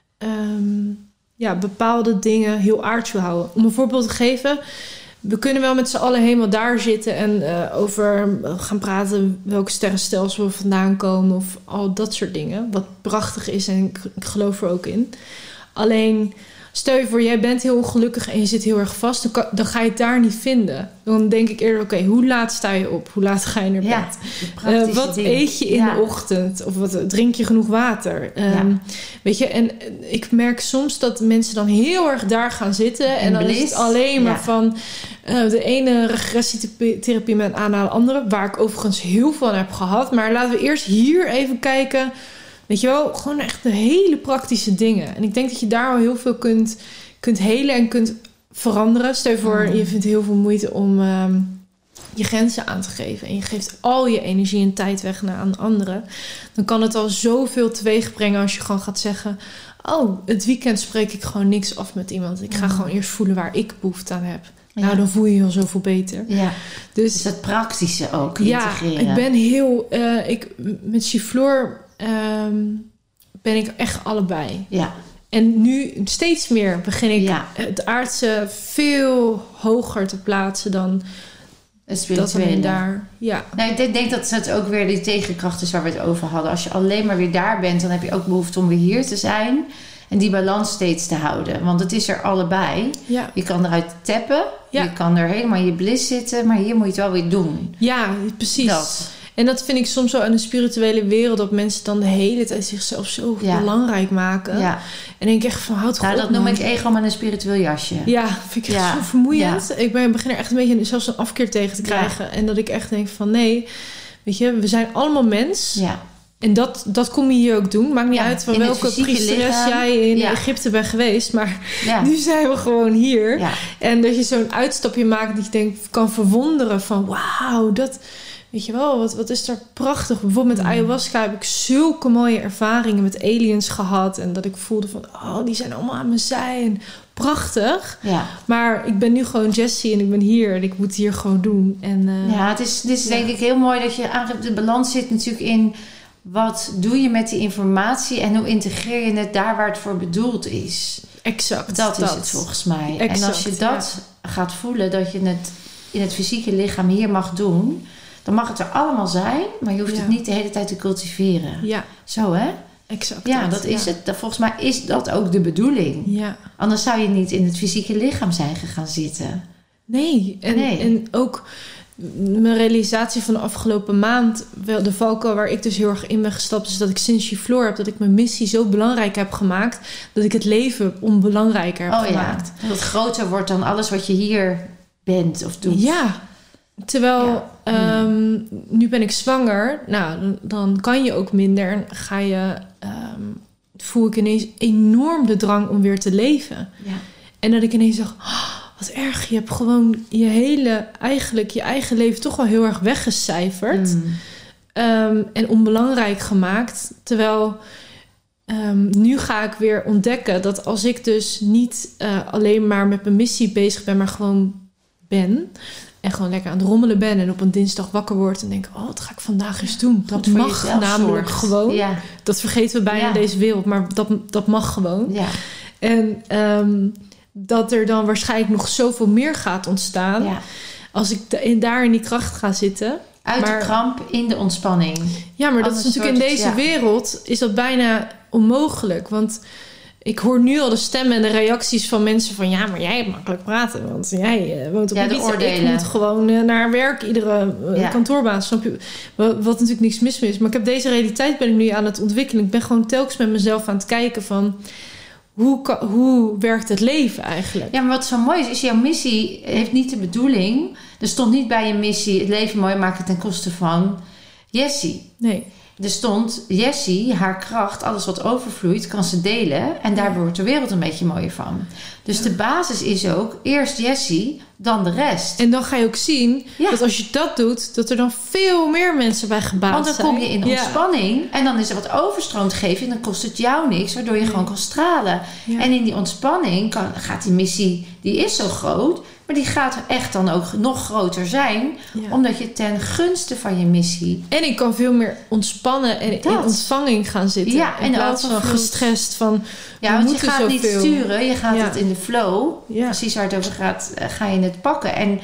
bepaalde dingen heel aards wil houden. Om een voorbeeld te geven, we kunnen wel met z'n allen helemaal daar zitten en over gaan praten welke sterrenstelsel we vandaan komen of al dat soort dingen. Wat prachtig is en ik geloof er ook in. Alleen, stel je voor, jij bent heel ongelukkig en je zit heel erg vast, dan ga je het daar niet vinden. Dan denk ik eerder, oké, hoe laat sta je op? Hoe laat ga je naar bed? Wat eet je in de ochtend? Of wat drink je genoeg water? Weet je, en ik merk soms dat mensen dan heel erg daar gaan zitten. En dan is het alleen maar van de ene regressietherapie met aan naar de andere. Waar ik overigens heel veel aan heb gehad. Maar laten we eerst hier even kijken. Weet je wel, gewoon echt de hele praktische dingen. En ik denk dat je daar al heel veel kunt helen en kunt veranderen. Stel je voor, je vindt heel veel moeite om je grenzen aan te geven. En je geeft al je energie en tijd weg aan anderen. Dan kan het al zoveel teweeg brengen als je gewoon gaat zeggen... Oh, het weekend spreek ik gewoon niks af met iemand. Ik ga gewoon eerst voelen waar ik behoefte aan heb. Ja. Nou, dan voel je je al zoveel beter. Ja. Dus het praktische ook integreren. Ja, ik ben heel... met Chiflor ben ik echt allebei. Ja. En nu steeds meer begin ik het aardse veel hoger te plaatsen dan dat alleen daar. Ja. Nou, ik denk dat het ook weer die tegenkracht is waar we het over hadden. Als je alleen maar weer daar bent, dan heb je ook behoefte om weer hier te zijn. En die balans steeds te houden. Want het is er allebei. Ja. Je kan eruit tappen. Ja. Je kan er helemaal in je bliss zitten. Maar hier moet je het wel weer doen. Ja, precies. Dat. En dat vind ik soms zo in de spirituele wereld... dat mensen dan de hele tijd zichzelf zo belangrijk maken. Ja. En denk ik echt van, houd gewoon op. Dat noem ik ego met een spiritueel jasje. Ja, vind ik echt zo vermoeiend. Ja. Ik begin er echt een beetje zelfs een afkeer tegen te krijgen. Ja. En dat ik echt denk van, nee, weet je, we zijn allemaal mens. Ja. En dat kom je hier ook doen. Maakt niet uit van welke priesteres jij in Egypte bent geweest. Maar nu zijn we gewoon hier. Ja. En dat je zo'n uitstapje maakt dat je denkt, kan verwonderen van, wauw, dat... Weet je wel, wat is daar prachtig. Bijvoorbeeld met ayahuasca heb ik zulke mooie ervaringen met aliens gehad. En dat ik voelde van, oh, die zijn allemaal aan mijn zij. En prachtig. Ja. Maar ik ben nu gewoon Jessie en ik ben hier. En ik moet het hier gewoon doen. En, het is denk ik heel mooi dat je aangeeft. De balans zit natuurlijk in, wat doe je met die informatie? En hoe integreer je het daar waar het voor bedoeld is? Exact. Dat is het volgens mij. Exact, en als je dat gaat voelen, dat je het in het fysieke lichaam hier mag doen... Dan mag het er allemaal zijn, maar je hoeft het niet de hele tijd te cultiveren. Ja. Zo, hè? Exact. Ja, dat is het. Volgens mij is dat ook de bedoeling. Ja. Anders zou je niet in het fysieke lichaam zijn gaan zitten. Nee. En ook mijn realisatie van de afgelopen maand, wel de valkuil waar ik dus heel erg in ben gestapt, is dat ik sinds Chiflor heb, dat ik mijn missie zo belangrijk heb gemaakt, dat ik het leven onbelangrijker heb gemaakt. Ja. Dat het groter wordt dan alles wat je hier bent of doet. Ja, terwijl nu ben ik zwanger. Nou, dan kan je ook minder. En ga je, voel ik ineens enorm de drang om weer te leven. Ja. En dat ik ineens dacht, wat erg. Je hebt gewoon je eigen leven toch wel heel erg weggecijferd. En onbelangrijk gemaakt. Terwijl nu ga ik weer ontdekken dat als ik dus niet alleen maar met mijn missie bezig ben, maar gewoon ben. En gewoon lekker aan het rommelen ben. En op een dinsdag wakker word en denk, wat ga ik vandaag eens doen? Dat mag namelijk gewoon. Ja. Dat vergeten we bijna in deze wereld. Maar dat mag gewoon. Ja. En dat er dan waarschijnlijk nog zoveel meer gaat ontstaan. Ja. Als ik daar in die kracht ga zitten. Uit de kramp in de ontspanning. Ja, maar dat is natuurlijk in deze wereld is dat bijna onmogelijk. Want ik hoor nu al de stemmen en de reacties van mensen van, ja, maar jij hebt makkelijk praten, want jij woont op Ibiza. Ik moet gewoon naar werk, iedere kantoorbaan. Snap je? Wat natuurlijk niks mis mee is. Maar ik heb deze realiteit ben ik nu aan het ontwikkelen. Ik ben gewoon telkens met mezelf aan het kijken van, hoe werkt het leven eigenlijk? Ja, maar wat zo mooi is jouw missie heeft niet de bedoeling. Er stond niet bij je missie, het leven mooi maken ten koste van Jessie. Nee. Er stond, Jessie, haar kracht, alles wat overvloeit, kan ze delen. En daar wordt de wereld een beetje mooier van. Dus de basis is ook, eerst Jessie, dan de rest. En dan ga je ook zien dat als je dat doet, dat er dan veel meer mensen bij gebaat zijn. Want dan kom je in ontspanning en dan is er wat overstroom te geven. En dan kost het jou niks, waardoor je gewoon kan stralen. Ja. En in die ontspanning gaat die missie, die is zo groot, maar die gaat echt dan ook nog groter zijn. Ja. Omdat je ten gunste van je missie. En ik kan veel meer ontspannen en in ontvanging gaan zitten. Ja, in plaats van gestrest van, want je gaat niet sturen, je gaat het in de flow. Ja. Precies waar het over gaat, ga je het pakken. En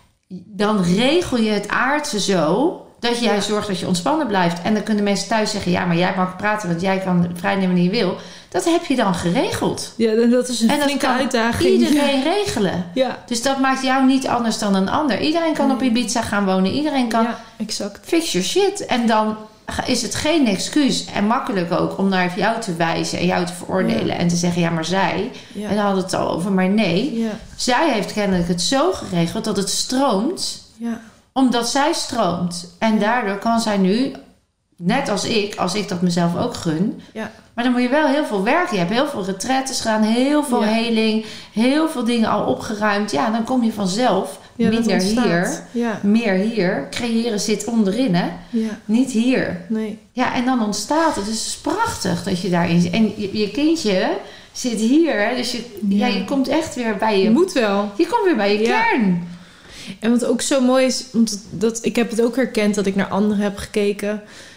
dan regel je het aardse zo dat jij zorgt dat je ontspannen blijft. En dan kunnen mensen thuis zeggen, ja, maar jij mag praten, want jij kan vrij nemen wanneer je wil. Dat heb je dan geregeld. Ja, en dat is een flinke uitdaging. Iedereen regelen. Ja. Dus dat maakt jou niet anders dan een ander. Iedereen kan op Ibiza gaan wonen. Iedereen kan fix your shit. En dan is het geen excuus en makkelijk ook om naar jou te wijzen en jou te veroordelen en te zeggen, ja, maar zij. Ja. En dan hadden we het al over, maar nee. Ja. Zij heeft kennelijk het zo geregeld dat het stroomt. Ja. Omdat zij stroomt. En daardoor kan zij nu, net als ik dat mezelf ook gun. Ja. Maar dan moet je wel heel veel werken. Je hebt heel veel retraites gedaan, heel veel heling, heel veel dingen al opgeruimd. Ja, dan kom je vanzelf minder hier, meer hier. Creëren zit onderin, hè? Ja. Niet hier. Nee. Ja, en dan ontstaat het. Dus het is prachtig dat je daarin zit. En je kindje zit hier, hè? Dus je komt echt weer bij je... Je moet wel. Je komt weer bij je kern. En wat ook zo mooi is, dat ik heb het ook herkend dat ik naar anderen heb gekeken.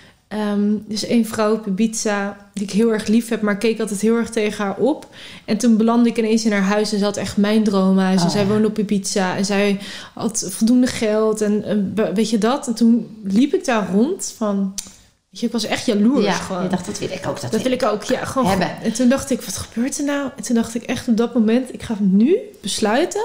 Dus een vrouw op Ibiza die ik heel erg lief heb, maar keek altijd heel erg tegen haar op. En toen belandde ik ineens in haar huis en ze had echt mijn droomhuis. En zij woonde op Ibiza en zij had voldoende geld en weet je dat. En toen liep ik daar rond van... Ik was echt jaloers. Ja, gewoon. Je dacht, dat wil ik ook. Dat wil ik ook, ja. Gewoon hebben. En toen dacht ik, wat gebeurt er nou? En toen dacht ik echt op dat moment, ik ga nu besluiten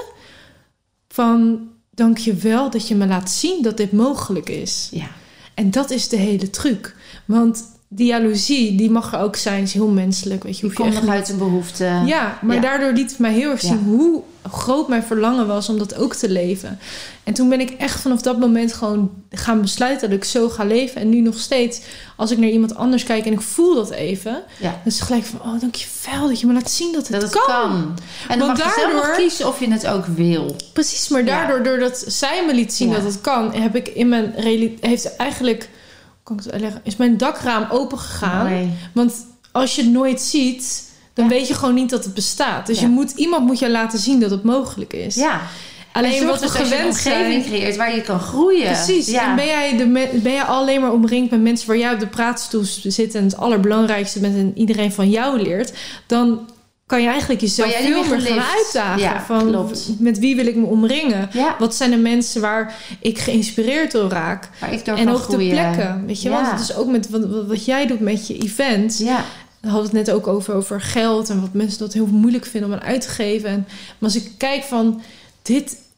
van... Dank je wel dat je me laat zien dat dit mogelijk is. Ja. En dat is de hele truc. Want die jaloezie, die mag er ook zijn. Is heel menselijk. Weet je, die komt nog uit een behoefte. Ja, maar daardoor liet het mij heel erg zien hoe groot mijn verlangen was om dat ook te leven. En toen ben ik echt vanaf dat moment gewoon gaan besluiten dat ik zo ga leven. En nu nog steeds, als ik naar iemand anders kijk en ik voel dat even, dan is het gelijk van, oh, dankjewel dat je me laat zien dat het kan. En dan mag je zelf nog kiezen of je het ook wil. Precies, maar daardoor, doordat zij me liet zien dat het kan, heb ik in mijn heeft eigenlijk, kan ik het uitleggen, is mijn dakraam open gegaan. Nee. Want als je het nooit ziet, dan weet je gewoon niet dat het bestaat. Dus iemand moet je laten zien dat het mogelijk is. Ja. Alleen wat we gewend zijn, een omgeving creëert waar je kan groeien. Precies. Ja. En ben je alleen maar omringd met mensen waar jij op de praatstoel zit en het allerbelangrijkste bent en iedereen van jou leert, dan kan je eigenlijk jezelf veel meer gaan uitdagen. Ja, van klopt. Met wie wil ik me omringen? Ja. Wat zijn de mensen waar ik geïnspireerd door raak? Waar ik door en kan ook groeien. De plekken. Weet je wel? Het is ook met wat jij doet met je event. Ja. We hadden het net ook over geld en wat mensen dat heel moeilijk vinden om aan uit te geven. Maar als ik kijk van dit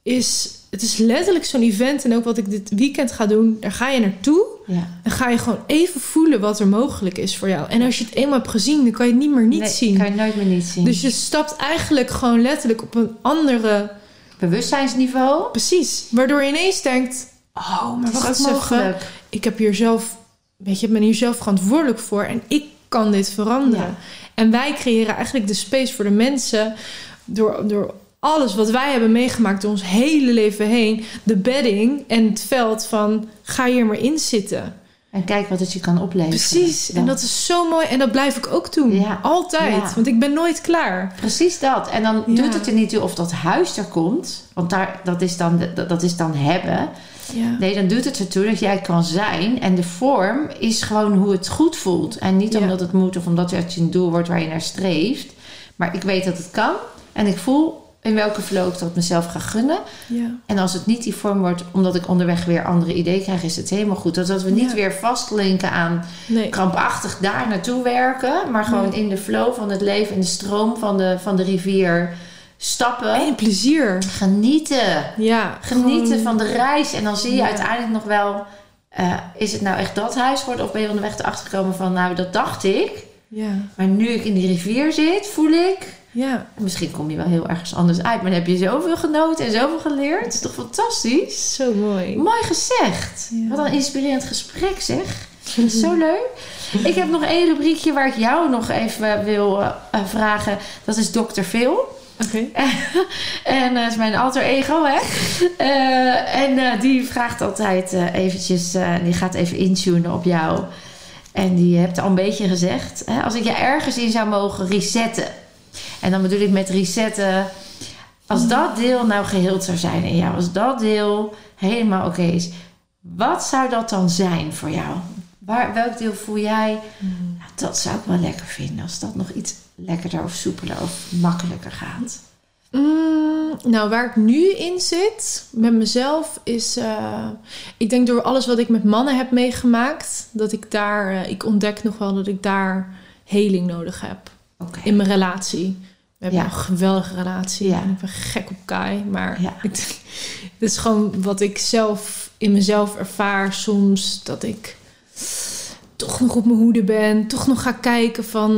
Het is letterlijk zo'n event. En ook wat ik dit weekend ga doen. Daar ga je naartoe. Ja. En ga je gewoon even voelen wat er mogelijk is voor jou. En als je het eenmaal hebt gezien, dan kan je het niet meer niet zien. kan je nooit meer niet zien. Dus je stapt eigenlijk gewoon letterlijk op een andere... bewustzijnsniveau. Precies. Waardoor je ineens denkt... Oh, maar wacht eens even. Ik heb hier zelf... Weet je, ik ben hier zelf verantwoordelijk voor. En ik kan dit veranderen. Ja. En wij creëren eigenlijk de space voor de mensen... door alles wat wij hebben meegemaakt door ons hele leven heen... de bedding en het veld van... ga hier maar in zitten. En kijk wat het je kan opleveren. Precies. Ja. En dat is zo mooi. En dat blijf ik ook doen. Ja. Altijd. Ja. Want ik ben nooit klaar. Precies dat. En dan doet het er niet toe of dat huis er komt. Want dat is dan hebben. Ja. Nee, dan doet het ertoe dat jij kan zijn. En de vorm is gewoon hoe het goed voelt. En niet omdat het moet of omdat het een doel wordt waar je naar streeft. Maar ik weet dat het kan. En ik voel in welke flow ik dat mezelf ga gunnen. Ja. En als het niet die vorm wordt, omdat ik onderweg weer andere ideeën krijg, is het helemaal goed. Dat we niet weer vastlinken aan krampachtig daar naartoe werken. Maar gewoon in de flow van het leven, in de stroom van de rivier stappen. En plezier. Genieten. Ja, genieten van de reis. En dan zie je uiteindelijk nog wel... is het nou echt dat huis geworden? Of ben je onderweg erachter gekomen van... nou, dat dacht ik. Ja. Maar nu ik in die rivier zit, voel ik... Ja. Misschien kom je wel heel ergens anders uit. Maar dan heb je zoveel genoten en zoveel geleerd. Het is toch fantastisch? Zo mooi. Mooi gezegd. Ja. Wat een inspirerend gesprek, zeg. Zo leuk. Ik heb nog één rubriekje waar ik jou nog even wil vragen. Dat is Dr. Phil. Oké. En dat is mijn alter ego, hè. En die vraagt altijd eventjes... die gaat even intunen op jou. En die hebt al een beetje gezegd... Hè, als ik je ergens in zou mogen resetten... En dan bedoel ik met resetten... Als dat deel nou geheeld zou zijn in jou... Als dat deel helemaal oké is... Wat zou dat dan zijn voor jou? Welk deel voel jij... Nou, dat zou ik wel lekker vinden... Als dat nog iets lekkerder of soepeler of makkelijker gaat. Nou, waar ik nu in zit met mezelf is... ik denk door alles wat ik met mannen heb meegemaakt... dat ik daar... ik ontdek nog wel dat ik daar heling nodig heb. Okay. In mijn relatie. We hebben een geweldige relatie. Ja. En ik ben gek op Kai. Maar het is gewoon wat ik zelf in mezelf ervaar soms. Dat ik toch nog op mijn hoede ben. Toch nog ga kijken van...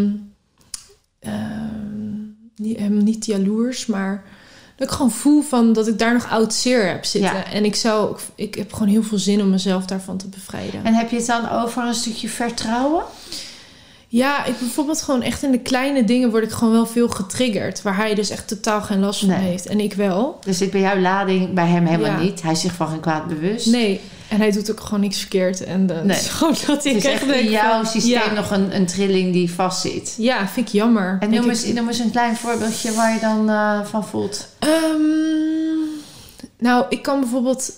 niet jaloers, maar... Dat ik gewoon voel van dat ik daar nog oud zeer heb zitten. Ja. En ik heb gewoon heel veel zin om mezelf daarvan te bevrijden. En heb je het dan over een stukje vertrouwen? Ja, ik bijvoorbeeld gewoon echt in de kleine dingen word ik gewoon wel veel getriggerd. Waar hij dus echt totaal geen last van heeft. En ik wel. Dus zit bij jou lading, bij hem helemaal niet. Hij is zich van geen kwaad bewust. Nee, en hij doet ook gewoon niks verkeerd. En is gewoon dat ik echt in jouw systeem nog een trilling die vastzit. Ja, vind ik jammer. En noem eens een klein voorbeeldje waar je dan van voelt. Nou, ik kan bijvoorbeeld...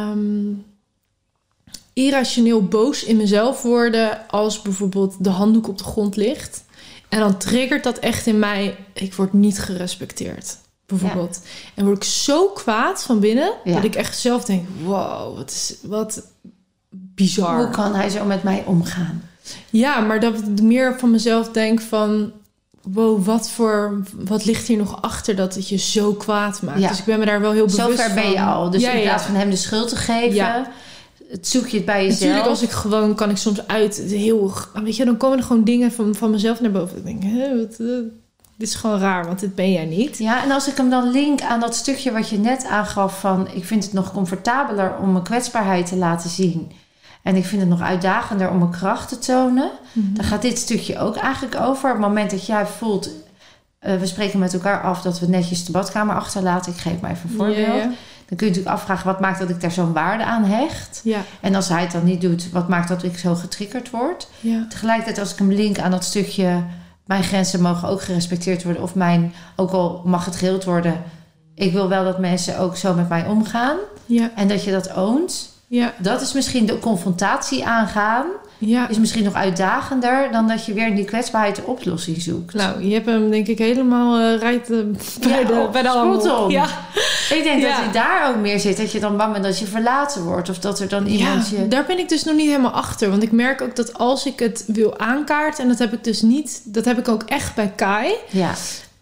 irrationeel boos in mezelf worden als bijvoorbeeld de handdoek op de grond ligt. En dan triggert dat echt in mij... Ik word niet gerespecteerd, bijvoorbeeld. Ja. En word ik zo kwaad van binnen... dat ik echt zelf denk... Wow, wat bizar. Hoe kan hij zo met mij omgaan? Ja, maar dat ik meer van mezelf denk van... Wow, wat ligt hier nog achter dat het je zo kwaad maakt? Ja. Dus ik ben me daar wel heel bewust van. Zover ben je al. Dus in plaats van hem de schuld te geven... Ja. Het zoek je het bij jezelf. Natuurlijk, als ik gewoon kan ik soms weet je, dan komen er gewoon dingen van mezelf naar boven. Ik denk, dit is gewoon raar, want dit ben jij niet. Ja, en als ik hem dan link aan dat stukje wat je net aangaf van... ik vind het nog comfortabeler om mijn kwetsbaarheid te laten zien. En ik vind het nog uitdagender om mijn kracht te tonen. Mm-hmm. Dan gaat dit stukje ook eigenlijk over. Op het moment dat jij voelt... we spreken met elkaar af dat we netjes de badkamer achterlaten. Ik geef maar even een voorbeeld. Yeah. Dan kun je natuurlijk afvragen, wat maakt dat ik daar zo'n waarde aan hecht? Ja. En als hij het dan niet doet, wat maakt dat ik zo getriggerd word? Ja. Tegelijkertijd als ik hem link aan dat stukje... mijn grenzen mogen ook gerespecteerd worden... of ook al mag het geheeld worden... ik wil wel dat mensen ook zo met mij omgaan. Ja. En dat je dat oont. Ja. Dat is misschien de confrontatie aangaan... Ja. Is misschien nog uitdagender dan dat je weer in die kwetsbaarheid de oplossing zoekt. Nou, je hebt hem denk ik helemaal bij de handel. Ja. Ik denk dat je daar ook meer zit. Dat je dan bang bent dat je verlaten wordt. Of dat er dan iemand je... Daar ben ik dus nog niet helemaal achter. Want ik merk ook dat als ik het wil aankaarten... en dat heb ik dus niet... Dat heb ik ook echt bij Kai. Ja.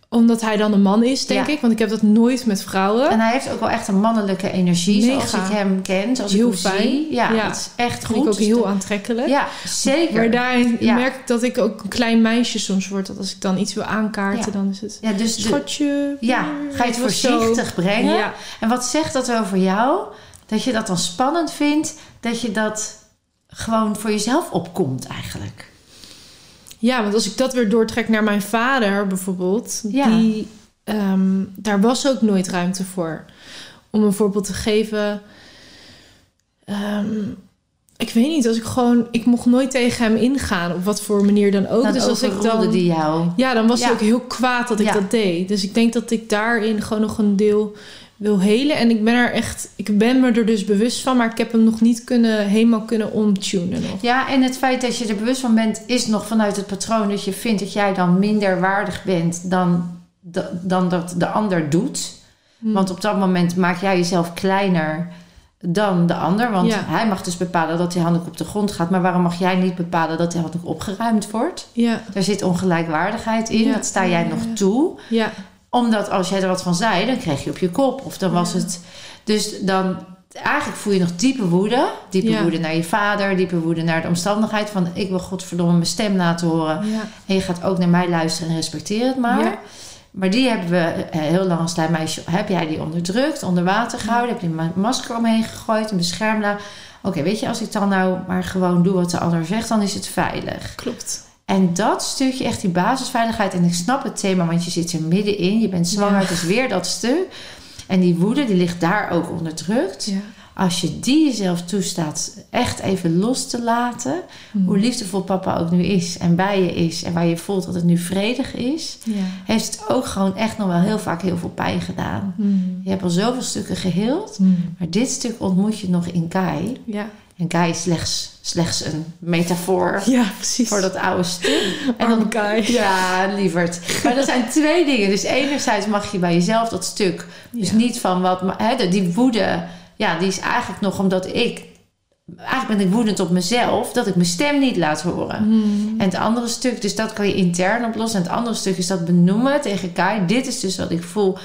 Omdat hij dan een man is, denk Ja. ik. Want ik heb dat nooit met vrouwen. En hij heeft ook wel echt een mannelijke energie, Mega. zoals ik hem ken. Zoals Heel ik hem fijn. zie. Ja, Ja. dat is echt Vind ik goed. ook heel aantrekkelijk. Ja, zeker. Maar daarin Ja. merk ik dat ik ook een klein meisje soms word. Dat als ik dan iets wil aankaarten, Ja. dan is het... Ja, dus Schatje. ga je het was zo. voorzichtig brengen. Ja. En wat zegt dat over jou? Dat je dat dan spannend vindt, dat je dat gewoon voor jezelf opkomt eigenlijk. Ja, want als ik dat weer doortrek naar mijn vader bijvoorbeeld... Ja. Daar was ook nooit ruimte voor. Om een voorbeeld te geven... ik weet niet, ik mocht nooit tegen hem ingaan... op wat voor manier dan ook. Dat dus als ik overrolde dan... die jou. Ja, dan was hij Ja. ook heel kwaad dat ik Ja. dat deed. Dus ik denk dat ik daarin gewoon nog een deel wil helen. En ik ben me er dus bewust van... maar ik heb hem nog niet helemaal kunnen omtunen nog. Ja, en het feit dat je er bewust van bent... is nog vanuit het patroon dat je vindt dat jij dan minder waardig bent... dan dat de ander doet. Want op dat moment maak jij jezelf kleiner dan de ander. Want Ja. hij mag dus bepalen dat die handdoek op de grond gaat. Maar waarom mag jij niet bepalen dat die handdoek opgeruimd wordt? Ja, Daar zit ongelijkwaardigheid in. Ja. Dat sta jij nog toe. ja, Omdat als jij er wat van zei, dan kreeg je op je kop. Of dan was het... Dus dan... Eigenlijk voel je nog diepe woede. Diepe Ja. woede naar je vader. Diepe woede naar de omstandigheid van... ik wil godverdomme mijn stem laten horen. ja. En je gaat ook naar mij luisteren en respecteer het maar. Ja. Maar die hebben we heel lang als klein meisje... heb jij die onderdrukt, onder water gehouden... heb je een masker omheen gegooid, een beschermlaag. Oké, weet je, als ik dan nou maar gewoon doe wat de ander zegt... dan is het veilig. Klopt. En dat stukje, echt die basisveiligheid... en ik snap het thema, want je zit er middenin. Je bent zwanger, Ja. het is weer dat stuk. En die woede, die ligt daar ook onderdrukt. Ja. Als je die jezelf toestaat echt even los te laten... hoe liefdevol papa ook nu is en bij je is... en waar je voelt dat het nu vredig is... Ja. heeft het ook gewoon echt nog wel heel vaak heel veel pijn gedaan. Je hebt al zoveel stukken geheeld... maar dit stuk ontmoet je nog in Kai. Ja. En Kai is slechts een metafoor... Ja, precies. voor dat oude stuk. Arme Kai. Ja, lieverd. Maar er zijn twee dingen. Dus enerzijds mag je bij jezelf dat stuk... dus Ja. niet van wat... die woede... Ja, die is eigenlijk nog omdat ik... Eigenlijk ben ik woedend op mezelf... dat ik mijn stem niet laat horen. En het andere stuk... Dus dat kan je intern oplossen. En het andere stuk is dat benoemen tegen Kai. Dit is dus wat ik voel.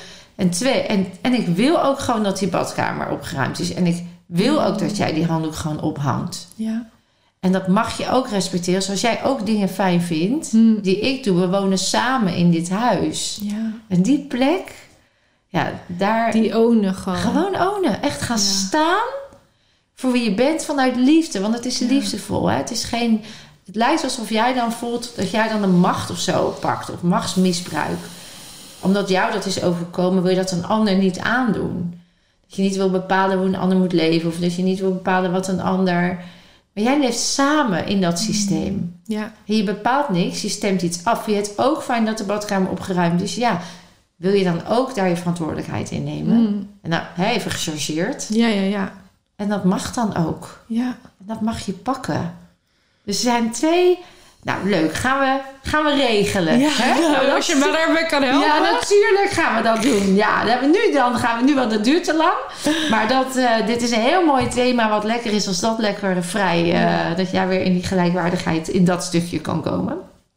En ik wil ook gewoon dat die badkamer opgeruimd is. En ik wil ook dat jij die handdoek gewoon ophangt. Ja. En dat mag je ook respecteren. Zoals jij ook dingen fijn vindt... die ik doe. We wonen samen in dit huis. Ja. En die plek... Ja, daar... Die ownen gewoon. Gewoon ownen. Echt gaan staan voor wie je bent vanuit liefde. Want het is liefdevol. Hè? Het is geen... Het lijkt alsof jij dan voelt dat jij dan de macht of zo pakt. Of machtsmisbruik. Omdat jou dat is overkomen, wil je dat een ander niet aandoen. Dat je niet wil bepalen hoe een ander moet leven. Of dat je niet wil bepalen wat een ander... Maar jij leeft samen in dat systeem. Ja. En je bepaalt niks. Je stemt iets af. Vind je het ook fijn dat de badkamer opgeruimd is? Ja. Wil je dan ook daar je verantwoordelijkheid in nemen? En nou, even gechargeerd. Ja, ja, ja. En dat mag dan ook. Ja. En dat mag je pakken. Dus er zijn twee... Nou, leuk. Gaan we regelen. Ja, hè? nou, als je me daarbij kan helpen. Ja, natuurlijk gaan we dat doen. Ja, dan gaan we nu, want dat duurt te lang. Maar dit is een heel mooi thema. Wat lekker is als dat lekker vrij... dat jij weer in die gelijkwaardigheid in dat stukje kan komen.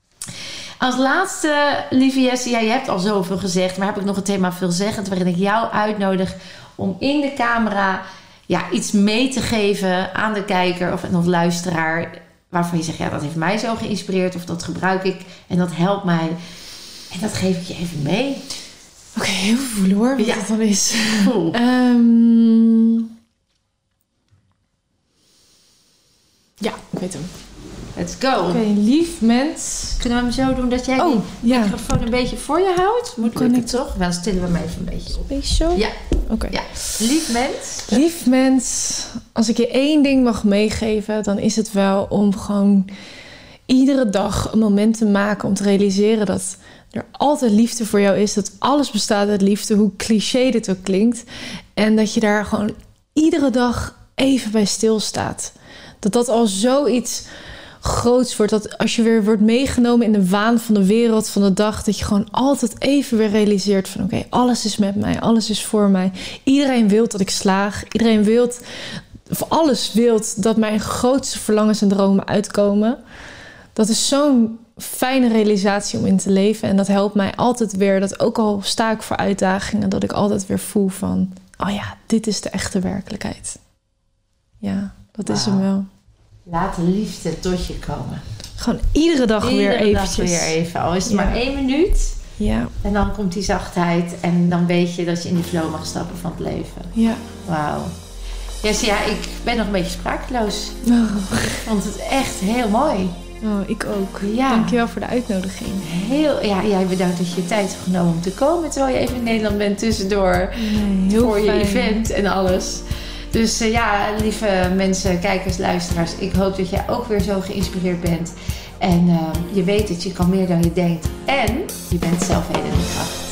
Als laatste, lieve Jessie, je hebt al zoveel gezegd, maar heb ik nog een thema veelzeggend waarin ik jou uitnodig om in de camera iets mee te geven aan de kijker of luisteraar, waarvan je zegt, ja, dat heeft mij zo geïnspireerd of dat gebruik ik en dat helpt mij. En dat geef ik je even mee. Oké, heel veel voelen hoor, wat het dan is. Cool. Ja, ik weet hem. Let's go. Oké, lief mens. Kunnen we hem zo doen dat jij die microfoon een beetje voor je houdt? Moet lukken, toch? Dan stillen we hem even een beetje op. Beetje zo? Ja. Oké. Ja. Lief mens. Lief mens. Als ik je één ding mag meegeven, dan is het wel om gewoon iedere dag een moment te maken om te realiseren dat er altijd liefde voor jou is. Dat alles bestaat uit liefde, hoe cliché dit ook klinkt. En dat je daar gewoon iedere dag even bij stilstaat. Dat al zoiets groots wordt. Dat als je weer wordt meegenomen in de waan van de wereld, van de dag, dat je gewoon altijd even weer realiseert van oké, alles is met mij, alles is voor mij. Iedereen wil dat ik slaag. Iedereen wil, of alles wil dat mijn grootste verlangens en dromen uitkomen. Dat is zo'n fijne realisatie om in te leven. En dat helpt mij altijd weer. Dat ook al sta ik voor uitdagingen, dat ik altijd weer voel van... oh ja, dit is de echte werkelijkheid. Ja, dat is hem wel. Laat de liefde tot je komen. Gewoon iedere dag weer eventjes. Iedere dag weer even. Al is het maar 1 minuut. Ja. En dan komt die zachtheid. En dan weet je dat je in die flow mag stappen van het leven. Ja. Wauw. Jessie, ja, ik ben nog een beetje sprakeloos. Ik vond het echt heel mooi. Oh, ik ook. Ja. Dankjewel voor de uitnodiging. Jij bedankt dat je je tijd hebt genomen om te komen. Terwijl je even in Nederland bent tussendoor. Heel voor fijn. Je event en alles. Dus lieve mensen, kijkers, luisteraars. Ik hoop dat jij ook weer zo geïnspireerd bent. En je weet dat je kan meer dan je denkt. En je bent zelfhelende kracht.